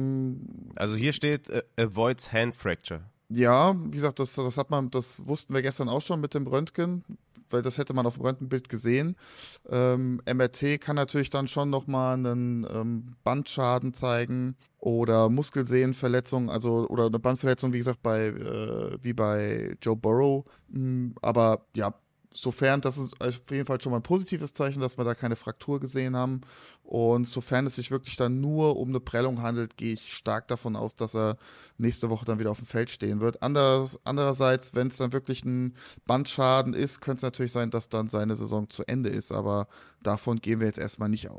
Mm, Also hier steht äh, avoids hand fracture. Ja, wie gesagt, das, das hat man, das wussten wir gestern auch schon mit dem Röntgen, weil das hätte man auf dem Röntgenbild gesehen. Ähm, M R T kann natürlich dann schon nochmal einen ähm, Bandschaden zeigen oder Muskelsehnenverletzung, also oder eine Bandverletzung, wie gesagt, bei äh, wie bei Joe Burrow. Mm, Aber ja, sofern, das ist auf jeden Fall schon mal ein positives Zeichen, dass wir da keine Fraktur gesehen haben. Und sofern es sich wirklich dann nur um eine Prellung handelt, gehe ich stark davon aus, dass er nächste Woche dann wieder auf dem Feld stehen wird. Anders, andererseits, wenn es dann wirklich ein Bandschaden ist, könnte es natürlich sein, dass dann seine Saison zu Ende ist, aber davon gehen wir jetzt erstmal nicht aus.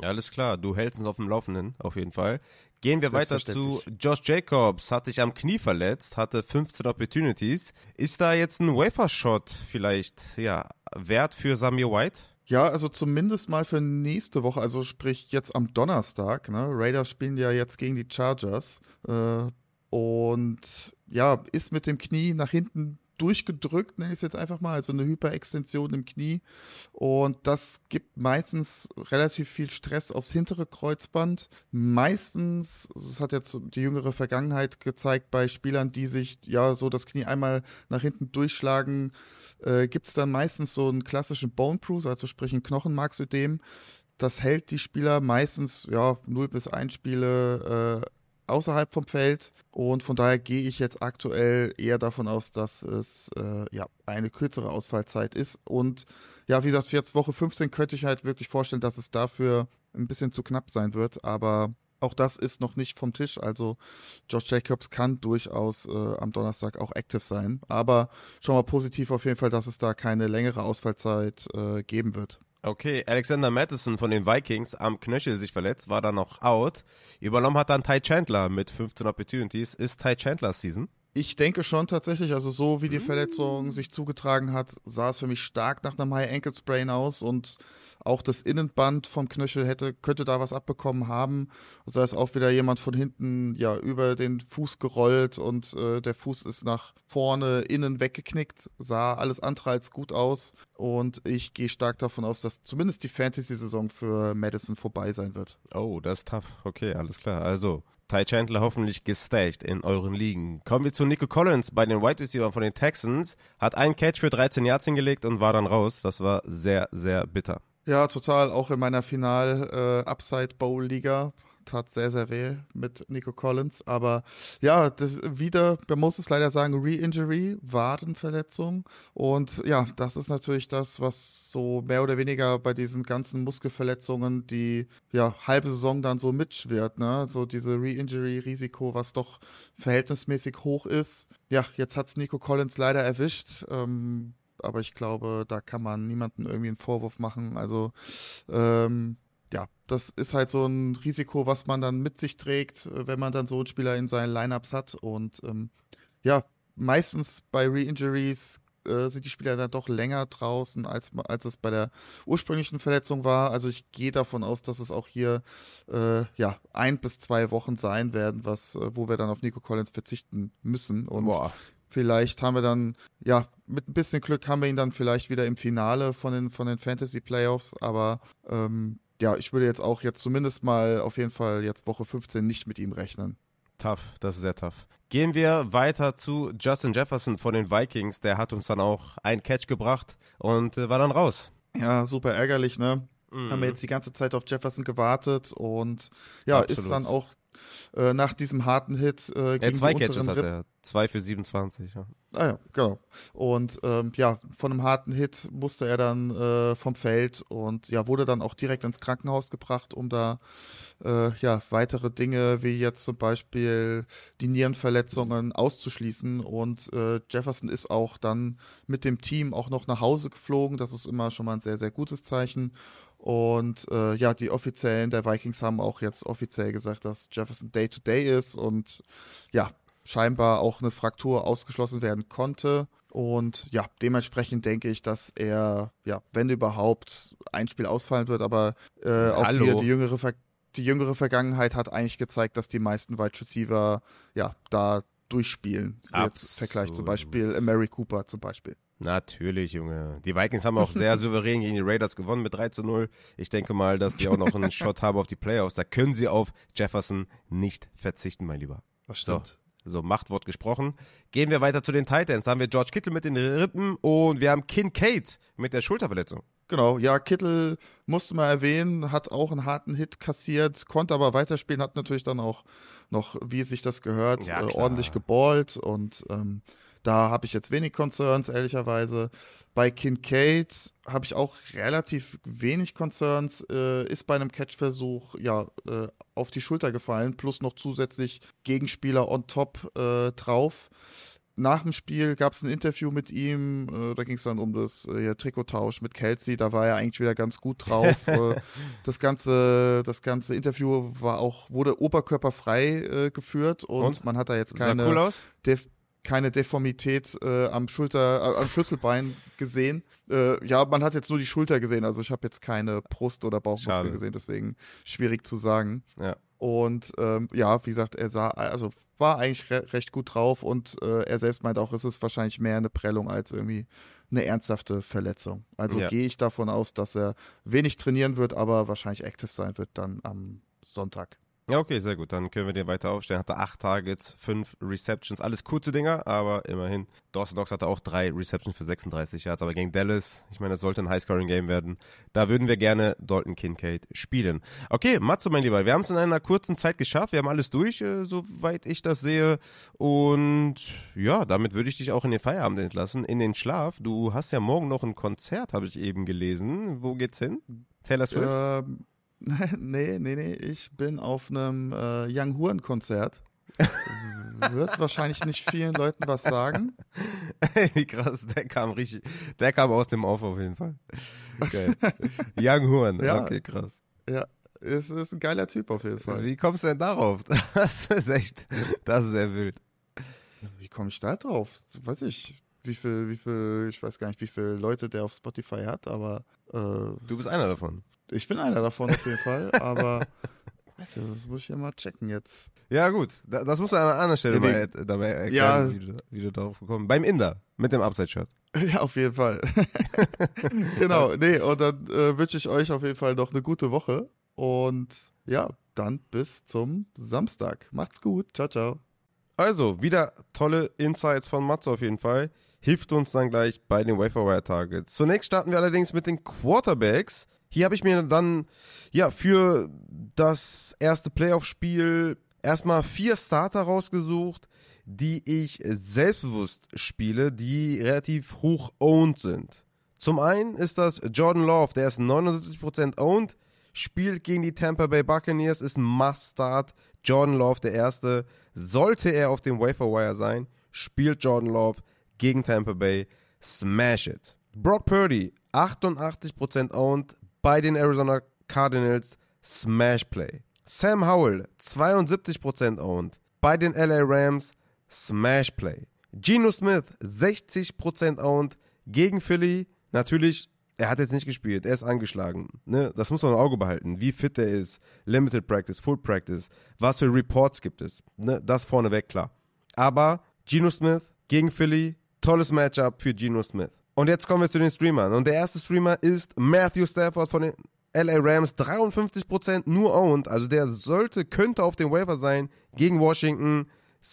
Ja, alles klar, du hältst uns auf dem Laufenden, auf jeden Fall. Gehen wir weiter zu Josh Jacobs, hat sich am Knie verletzt, hatte fünfzehn Opportunities. Ist da jetzt ein Wafer-Shot vielleicht, ja, wert für Zamir White? Ja, also zumindest mal für nächste Woche, also sprich jetzt am Donnerstag, ne? Raiders spielen ja jetzt gegen die Chargers äh, und ja, ist mit dem Knie nach hinten durchgedrückt, nenne ich es jetzt einfach mal, also eine Hyperextension im Knie und das gibt meistens relativ viel Stress aufs hintere Kreuzband. Meistens, das hat jetzt die jüngere Vergangenheit gezeigt, bei Spielern, die sich ja so das Knie einmal nach hinten durchschlagen, äh, gibt es dann meistens so einen klassischen Bone Bruise, also sprich ein Knochenmarksödem. Das hält die Spieler meistens ja null bis eins Spiele äh, außerhalb vom Feld und von daher gehe ich jetzt aktuell eher davon aus, dass es äh, ja eine kürzere Ausfallzeit ist und ja, wie gesagt, jetzt Woche fünfzehn könnte ich halt wirklich vorstellen, dass es dafür ein bisschen zu knapp sein wird, aber auch das ist noch nicht vom Tisch, also Josh Jacobs kann durchaus äh, am Donnerstag auch aktiv sein, aber schon mal positiv auf jeden Fall, dass es da keine längere Ausfallzeit äh, geben wird. Okay, Alexander Mattison von den Vikings am Knöchel sich verletzt, war dann noch out. Übernommen hat dann Ty Chandler mit fünfzehn Opportunities. Ist Ty Chandlers Season? Ich denke schon tatsächlich, also so wie die Verletzung sich zugetragen hat, sah es für mich stark nach einem High Ankle Sprain aus und auch das Innenband vom Knöchel hätte, könnte da was abbekommen haben. Also da ist auch wieder jemand von hinten ja über den Fuß gerollt und äh, der Fuß ist nach vorne innen weggeknickt, sah alles andere als gut aus und ich gehe stark davon aus, dass zumindest die Fantasy-Saison für Madison vorbei sein wird. Oh, das ist tough. Okay, alles klar. Also Ty Chandler hoffentlich gestasht in euren Ligen. Kommen wir zu Nico Collins bei den Wide Receivers von den Texans. Hat einen Catch für dreizehn Yards hingelegt und war dann raus. Das war sehr, sehr bitter. Ja, total. Auch in meiner Final-Upside-Bowl-Liga tat sehr, sehr weh mit Nico Collins. Aber ja, das wieder, man muss es leider sagen, Re-Injury, Wadenverletzung. Und ja, das ist natürlich das, was so mehr oder weniger bei diesen ganzen Muskelverletzungen die ja halbe Saison dann so mitschwirrt, ne? So diese Re-Injury-Risiko, was doch verhältnismäßig hoch ist. Ja, jetzt hat's Nico Collins leider erwischt. Ähm, aber ich glaube, da kann man niemandem irgendwie einen Vorwurf machen. Also ähm, ja, das ist halt so ein Risiko, was man dann mit sich trägt, äh, wenn man dann so einen Spieler in seinen Lineups hat. Und ähm, ja, meistens bei Re-Injuries äh, sind die Spieler dann doch länger draußen, als, ma- als es bei der ursprünglichen Verletzung war. Also ich gehe davon aus, dass es auch hier äh, ja ein bis zwei Wochen sein werden, was, äh, wo wir dann auf Nico Collins verzichten müssen. Und Boah. vielleicht haben wir dann, ja, mit ein bisschen Glück haben wir ihn dann vielleicht wieder im Finale von den, von den Fantasy Playoffs, aber ähm, ja, ich würde jetzt auch jetzt zumindest mal auf jeden Fall jetzt Woche fünfzehn nicht mit ihm rechnen. Tough, das ist sehr tough. Gehen wir weiter zu Justin Jefferson von den Vikings. Der hat uns dann auch einen Catch gebracht und äh, war dann raus. Ja, super ärgerlich, ne? Mhm. Haben wir jetzt die ganze Zeit auf Jefferson gewartet und ja, Absolut. ist dann auch äh, nach diesem harten Hit äh, Ja, gegen zwei die Catches unteren hat Rippen. er. Zwei für siebenundzwanzig. Ja. Ah ja, genau. Und ähm, ja, von einem harten Hit musste er dann äh, vom Feld und ja, wurde dann auch direkt ins Krankenhaus gebracht, um da äh, ja, weitere Dinge wie jetzt zum Beispiel die Nierenverletzungen auszuschließen. Und äh, Jefferson ist auch dann mit dem Team auch noch nach Hause geflogen. Das ist immer schon mal ein sehr, sehr gutes Zeichen. Und äh, ja, die Offiziellen der Vikings haben auch jetzt offiziell gesagt, dass Jefferson Day-to-Day ist und ja, scheinbar auch eine Fraktur ausgeschlossen werden konnte. Und ja, dementsprechend denke ich, dass er, ja, wenn überhaupt, ein Spiel ausfallen wird, aber äh, auch Hallo. hier die jüngere, Ver die jüngere Vergangenheit hat eigentlich gezeigt, dass die meisten Wide Receiver ja da durchspielen. So jetzt im Vergleich zum Beispiel Amari Cooper zum Beispiel. Natürlich, Junge. Die Vikings haben auch sehr souverän gegen die Raiders gewonnen mit drei zu null. Ich denke mal, dass die auch noch einen Shot haben auf die Playoffs. Da können sie auf Jefferson nicht verzichten, mein Lieber. Das stimmt. So, so Machtwort gesprochen. Gehen wir weiter zu den Titans. Da haben wir George Kittle mit den Rippen und wir haben Kincaid mit der Schulterverletzung. Genau, ja, Kittel musste man erwähnen, hat auch einen harten Hit kassiert, konnte aber weiterspielen, hat natürlich dann auch noch, wie sich das gehört, Ja, äh, klar. ordentlich geballt und ähm, da habe ich jetzt wenig Concerns, ehrlicherweise. Bei Kincaid habe ich auch relativ wenig Concerns, äh, ist bei einem Catch-Versuch ja äh, auf die Schulter gefallen, plus noch zusätzlich Gegenspieler on top äh, drauf. nach dem Spiel gab es ein Interview mit ihm, äh, da ging es dann um das äh, Trikottausch mit Kelsey, da war er eigentlich wieder ganz gut drauf. äh, das ganze, das ganze Interview war auch, wurde oberkörperfrei äh, geführt und, und man hat da jetzt keine, cool aus? Def- keine Deformität äh, am Schulter, äh, am Schlüsselbein gesehen. Äh, ja, man hat jetzt nur die Schulter gesehen, also ich habe jetzt keine Brust- oder Bauchmuskel Schade. gesehen, deswegen schwierig zu sagen. Ja. Und ähm, ja, wie gesagt, er sah, also war eigentlich re- recht gut drauf und äh, er selbst meint auch, es ist wahrscheinlich mehr eine Prellung als irgendwie eine ernsthafte Verletzung. Also Ja. gehe ich davon aus, dass er wenig trainieren wird, aber wahrscheinlich active sein wird dann am Sonntag. Ja, okay, sehr gut. Dann können wir den weiter aufstellen. Hatte acht Targets, fünf Receptions, alles kurze Dinger, aber immerhin. Dawson Knox hatte auch drei Receptions für sechsunddreißig Yards, aber gegen Dallas, ich meine, das sollte ein High-Scoring-Game werden. Da würden wir gerne Dalton Kincaid spielen. Okay, Matze, mein Lieber, wir haben es in einer kurzen Zeit geschafft. Wir haben alles durch, äh, soweit ich das sehe. Und ja, damit würde ich dich auch in den Feierabend entlassen, in den Schlaf. Du hast ja morgen noch ein Konzert, habe ich eben gelesen. Wo geht's hin? Taylor Swift? Ähm, nee, nee, nee, ich bin auf einem äh, Young Horn-Konzert. Wird wahrscheinlich nicht vielen Leuten was sagen. Ey, wie krass, der kam richtig, der kam aus dem Off auf jeden Fall. Geil. Young Horn, Ja. okay, krass. Ja, es ist ein geiler Typ auf jeden Fall. Wie kommst du denn darauf? Das ist echt, das ist sehr wild. Wie komme ich da drauf? Weiß ich, wie viel, wie viel, ich weiß gar nicht, wie viele Leute der auf Spotify hat, aber äh, Du bist einer davon. ich bin einer davon auf jeden Fall, aber weißt du, das muss ich ja mal checken jetzt. Ja gut, da- das musst du an einer anderen Stelle Ja, mal nee. er- dabei erklären, Ja. wie, du, wie du darauf gekommen bist. Beim Inder, mit dem Upside-Shirt. Ja, auf jeden Fall. Genau, nee, und dann äh, wünsche ich euch auf jeden Fall noch eine gute Woche und ja, dann bis zum Samstag. Macht's gut, ciao, ciao. Also, wieder tolle Insights von Matze auf jeden Fall. Hilft uns dann gleich bei den Waiver-Wire-Targets. Zunächst starten wir allerdings mit den Quarterbacks. Hier habe ich mir dann ja für das erste Playoff-Spiel erstmal vier Starter rausgesucht, die ich selbstbewusst spiele, die relativ hoch owned sind. Zum einen ist das Jordan Love, der ist neunundsiebzig Prozent owned, spielt gegen die Tampa Bay Buccaneers, ist ein Must-Start. Jordan Love, der erste, sollte er auf dem Waiver-Wire sein, spielt Jordan Love gegen Tampa Bay, smash it. Brock Purdy, achtundachtzig Prozent owned bei den Arizona Cardinals, smash play. Sam Howell, zweiundsiebzig Prozent owned bei den L A Rams, smash play. Geno Smith, sechzig Prozent owned gegen Philly, natürlich, er hat jetzt nicht gespielt, er ist angeschlagen. Ne? Das muss man im Auge behalten, wie fit er ist, Limited Practice, Full Practice, was für Reports gibt es. Ne? Das vorneweg, klar. Aber Geno Smith gegen Philly, tolles Matchup für Geno Smith. Und jetzt kommen wir zu den Streamern. Und der erste Streamer ist Matthew Stafford von den L A Rams, dreiundfünfzig Prozent nur owned. Also der sollte, könnte auf dem Waiver sein gegen Washington.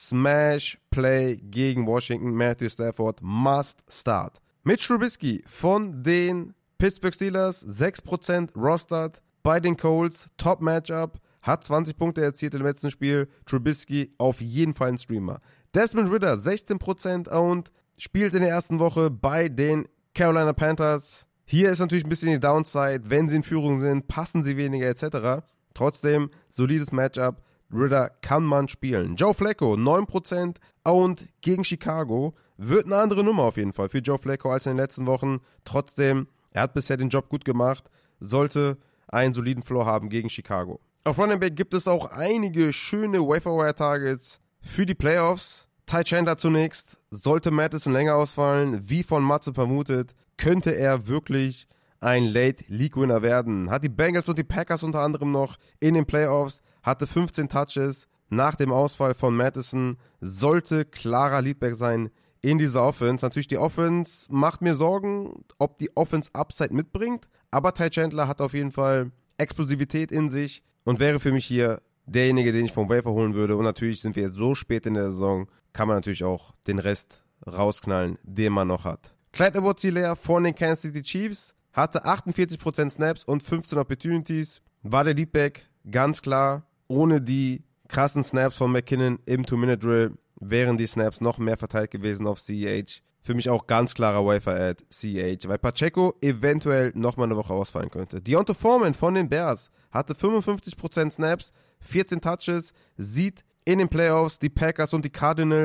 Smash Play gegen Washington. Matthew Stafford must start. Mitch Trubisky von den Pittsburgh Steelers, sechs Prozent rostered bei den Colts. Top Matchup, hat zwanzig Punkte erzielt im letzten Spiel. Trubisky auf jeden Fall ein Streamer. Desmond Ridder, sechzehn Prozent owned, spielt in der ersten Woche bei den Carolina Panthers. Hier ist natürlich ein bisschen die Downside, wenn sie in Führung sind, passen sie weniger et cetera. Trotzdem, solides Matchup, Ridder kann man spielen. Joe Flacco, neun Prozent owned gegen Chicago, wird eine andere Nummer auf jeden Fall für Joe Flacco als in den letzten Wochen. Trotzdem, er hat bisher den Job gut gemacht, sollte einen soliden Floor haben gegen Chicago. Auf Running Back gibt es auch einige schöne Waiver-Wire-Targets für die Playoffs. Ty Chandler zunächst, sollte Madison länger ausfallen, wie von Matze vermutet, könnte er wirklich ein Late-League-Winner werden. Hat die Bengals und die Packers unter anderem noch in den Playoffs, hatte fünfzehn Touches nach dem Ausfall von Madison, sollte klarer Leadback sein in dieser Offense. Natürlich die Offense macht mir Sorgen, ob die Offense Upside mitbringt, aber Ty Chandler hat auf jeden Fall Explosivität in sich und wäre für mich hier derjenige, den ich vom Waiver holen würde. Und natürlich sind wir jetzt so spät in der Saison, kann man natürlich auch den Rest rausknallen, den man noch hat. Clyde Edwards-Helaire von den Kansas City Chiefs hatte achtundvierzig Prozent Snaps und fünfzehn Opportunities. War der Leadback, ganz klar. Ohne die krassen Snaps von McKinnon im Two-Minute-Drill wären die Snaps noch mehr verteilt gewesen auf C E H. Für mich auch ganz klarer Waiver-Ad C E H, weil Pacheco eventuell nochmal eine Woche ausfallen könnte. Deonta Foreman von den Bears hatte fünfundfünfzig Prozent Snaps, vierzehn Touches, sieht in den Playoffs die Packers und die Cardinals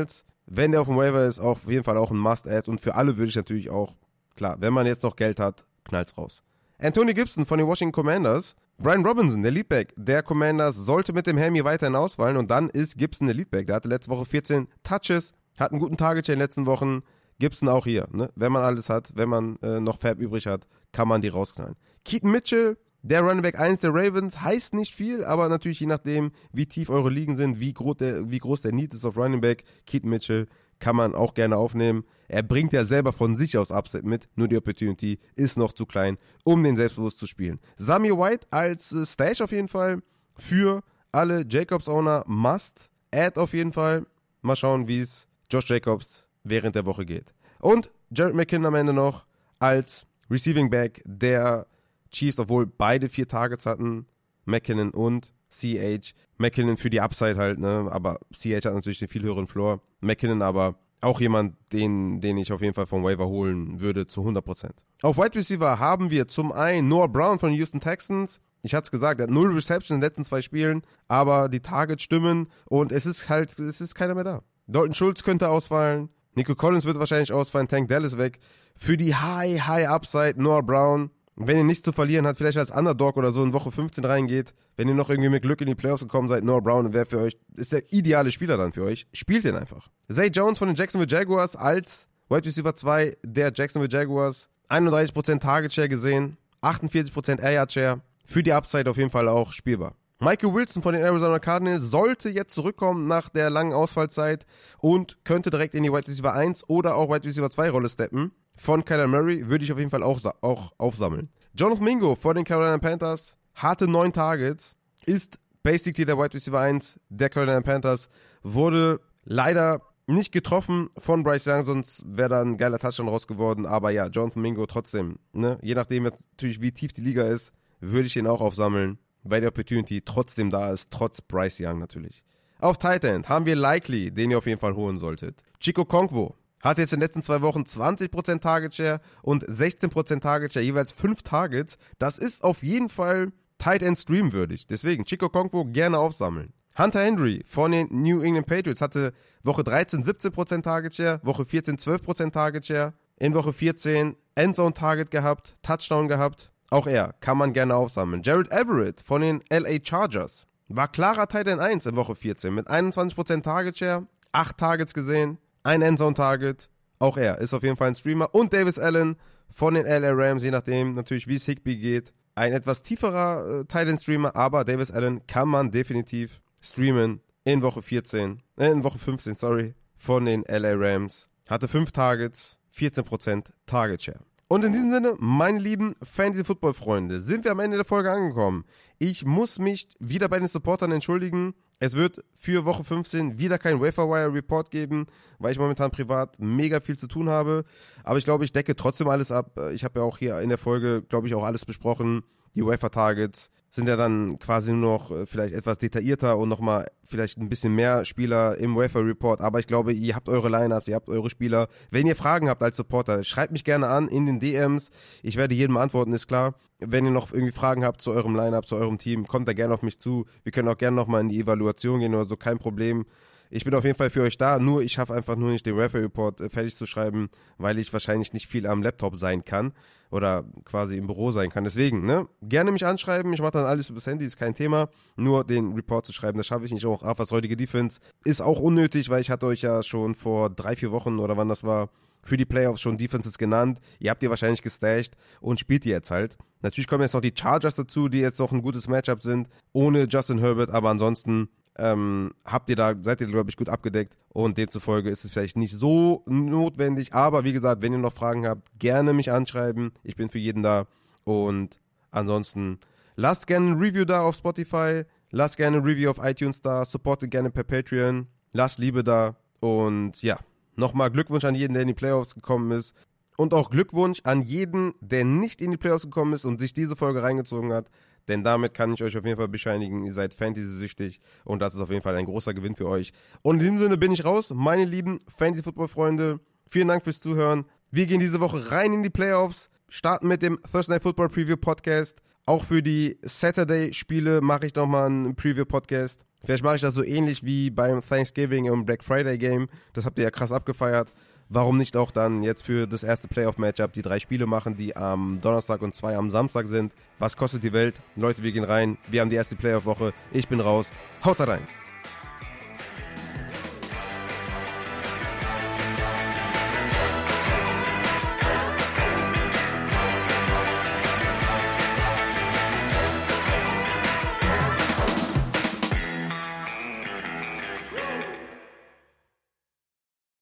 wenn der auf dem Waiver ist, auch auf jeden Fall auch ein Must-Add. Und für alle würde ich natürlich auch, klar, wenn man jetzt noch Geld hat, knallt's raus. Antonio Gibson von den Washington Commanders. Brian Robinson, der Leadback der Commanders, sollte mit dem Helmi weiterhin ausfallen. Und dann ist Gibson der Leadback. Der hatte letzte Woche vierzehn Touches, hat einen guten Target in den letzten Wochen. Gibson auch hier, ne? Wenn man alles hat, wenn man äh, noch Fab übrig hat, kann man die rausknallen. Keaton Mitchell, der Running Back eins der Ravens, heißt nicht viel, aber natürlich je nachdem, wie tief eure Ligen sind, wie groß der, wie groß der Need ist auf Running Back, Keaton Mitchell kann man auch gerne aufnehmen. Er bringt ja selber von sich aus Upset mit, nur die Opportunity ist noch zu klein, um den selbstbewusst zu spielen. Samir White als äh, Stash auf jeden Fall für alle Jacobs-Owner must add auf jeden Fall. Mal schauen, wie es Josh Jacobs während der Woche geht. Und Jerick McKinnon am Ende noch als Receiving Back der Chiefs, obwohl beide vier Targets hatten, McKinnon und C H. McKinnon für die Upside halt, ne, aber C H hat natürlich den viel höheren Floor. McKinnon aber auch jemand, den, den ich auf jeden Fall vom Waiver holen würde zu hundert Prozent. Auf Wide Receiver haben wir zum einen Noah Brown von den Houston Texans. Ich hatte es gesagt, er hat null Reception in den letzten zwei Spielen, aber die Targets stimmen und es ist halt, es ist keiner mehr da. Dalton Schultz könnte ausfallen, Nico Collins wird wahrscheinlich ausfallen, Tank Dell ist weg. Für die High, High Upside Noah Brown. Wenn ihr nichts zu verlieren habt, vielleicht als Underdog oder so in Woche fünfzehn reingeht, wenn ihr noch irgendwie mit Glück in die Playoffs gekommen seid, Noah Brown wäre für euch, ist der ideale Spieler dann für euch. Spielt den einfach. Zay Jones von den Jacksonville Jaguars als Wide Receiver zwei der Jacksonville Jaguars. einunddreißig Prozent Target Share gesehen, achtundvierzig Prozent Air Yard Share. Für die Upside auf jeden Fall auch spielbar. Michael Wilson von den Arizona Cardinals sollte jetzt zurückkommen nach der langen Ausfallzeit und könnte direkt in die Wide Receiver eins oder auch Wide Receiver zwei Rolle steppen. Von Kyler Murray würde ich auf jeden Fall auch, auch aufsammeln. Jonathan Mingo von den Carolina Panthers hatte neun Targets, ist basically der Wide Receiver eins der Carolina Panthers, wurde leider nicht getroffen von Bryce Young, sonst wäre da ein geiler Touchdown raus geworden, aber ja, Jonathan Mingo trotzdem, ne? Je nachdem natürlich wie tief die Liga ist, würde ich ihn auch aufsammeln, weil die Opportunity trotzdem da ist, trotz Bryce Young natürlich. Auf Tight End haben wir Likely, den ihr auf jeden Fall holen solltet. Chico Okonkwo hat jetzt in den letzten zwei Wochen zwanzig Prozent Target Share und sechzehn Prozent Target Share, jeweils fünf Targets. Das ist auf jeden Fall Tight End streamwürdig. Deswegen Chico Okonkwo gerne aufsammeln. Hunter Henry von den New England Patriots hatte Woche dreizehn siebzehn Prozent Target Share, Woche vierzehn zwölf Prozent Target Share, in Woche vierzehn Endzone Target gehabt, Touchdown gehabt. Auch er kann man gerne aufsammeln. Gerald Everett von den L A Chargers war klarer Tight End eins in Woche vierzehn mit einundzwanzig Prozent Target Share, acht Targets gesehen. Ein Endzone-Target, auch er ist auf jeden Fall ein Streamer. Und Davis Allen von den L A Rams, je nachdem natürlich, wie es Higbee geht. Ein etwas tieferer äh, Tight-End-Streamer, aber Davis Allen kann man definitiv streamen in Woche vierzehn, äh, in Woche fünfzehn, sorry, von den L A Rams. Hatte fünf Targets, vierzehn Prozent Target-Share. Und in diesem Sinne, meine lieben Fantasy-Football-Freunde, sind wir am Ende der Folge angekommen. Ich muss mich wieder bei den Supportern entschuldigen. Es wird für Woche fünfzehn wieder kein Waiver-Wire-Report geben, weil ich momentan privat mega viel zu tun habe. Aber ich glaube, ich decke trotzdem alles ab. Ich habe ja auch hier in der Folge, glaube ich, auch alles besprochen. Die Waiver-Targets sind ja dann quasi nur noch vielleicht etwas detaillierter und nochmal vielleicht ein bisschen mehr Spieler im Waiver-Report. Aber ich glaube, ihr habt eure Lineups, ihr habt eure Spieler. Wenn ihr Fragen habt als Supporter, schreibt mich gerne an in den D Ms. Ich werde jedem antworten, ist klar. Wenn ihr noch irgendwie Fragen habt zu eurem Lineup, zu eurem Team, kommt da gerne auf mich zu. Wir können auch gerne nochmal in die Evaluation gehen oder so, kein Problem. Ich bin auf jeden Fall für euch da, nur ich schaffe einfach nur nicht den Waiver-Report äh, fertig zu schreiben, weil ich wahrscheinlich nicht viel am Laptop sein kann oder quasi im Büro sein kann. Deswegen, ne, gerne mich anschreiben, ich mache dann alles übers Handy, ist kein Thema. Nur den Report zu schreiben, das schaffe ich nicht. Auch Afas heutige Defense ist auch unnötig, weil ich hatte euch ja schon vor drei, vier Wochen oder wann das war, für die Playoffs schon Defenses genannt. Ihr habt die wahrscheinlich gestasht und spielt die jetzt halt. Natürlich kommen jetzt noch die Chargers dazu, die jetzt noch ein gutes Matchup sind, ohne Justin Herbert, aber ansonsten Ähm, habt ihr da, seid ihr, glaube ich, gut abgedeckt und demzufolge ist es vielleicht nicht so notwendig, aber wie gesagt, wenn ihr noch Fragen habt, gerne mich anschreiben, ich bin für jeden da und ansonsten lasst gerne ein Review da auf Spotify, lasst gerne ein Review auf iTunes da, supportet gerne per Patreon, lasst Liebe da und ja, nochmal Glückwunsch an jeden, der in die Playoffs gekommen ist und auch Glückwunsch an jeden, der nicht in die Playoffs gekommen ist und sich diese Folge reingezogen hat. Denn damit kann ich euch auf jeden Fall bescheinigen, ihr seid Fantasy-süchtig und das ist auf jeden Fall ein großer Gewinn für euch. Und in diesem Sinne bin ich raus, meine lieben Fantasy-Football-Freunde. Vielen Dank fürs Zuhören. Wir gehen diese Woche rein in die Playoffs, starten mit dem Thursday Night Football Preview Podcast. Auch für die Saturday-Spiele mache ich nochmal einen Preview-Podcast. Vielleicht mache ich das so ähnlich wie beim Thanksgiving und Black Friday Game. Das habt ihr ja krass abgefeiert. Warum nicht auch dann jetzt für das erste Playoff-Matchup die drei Spiele machen, die am Donnerstag und zwei am Samstag sind? Was kostet die Welt? Leute, wir gehen rein. Wir haben die erste Playoff-Woche. Ich bin raus. Haut da rein.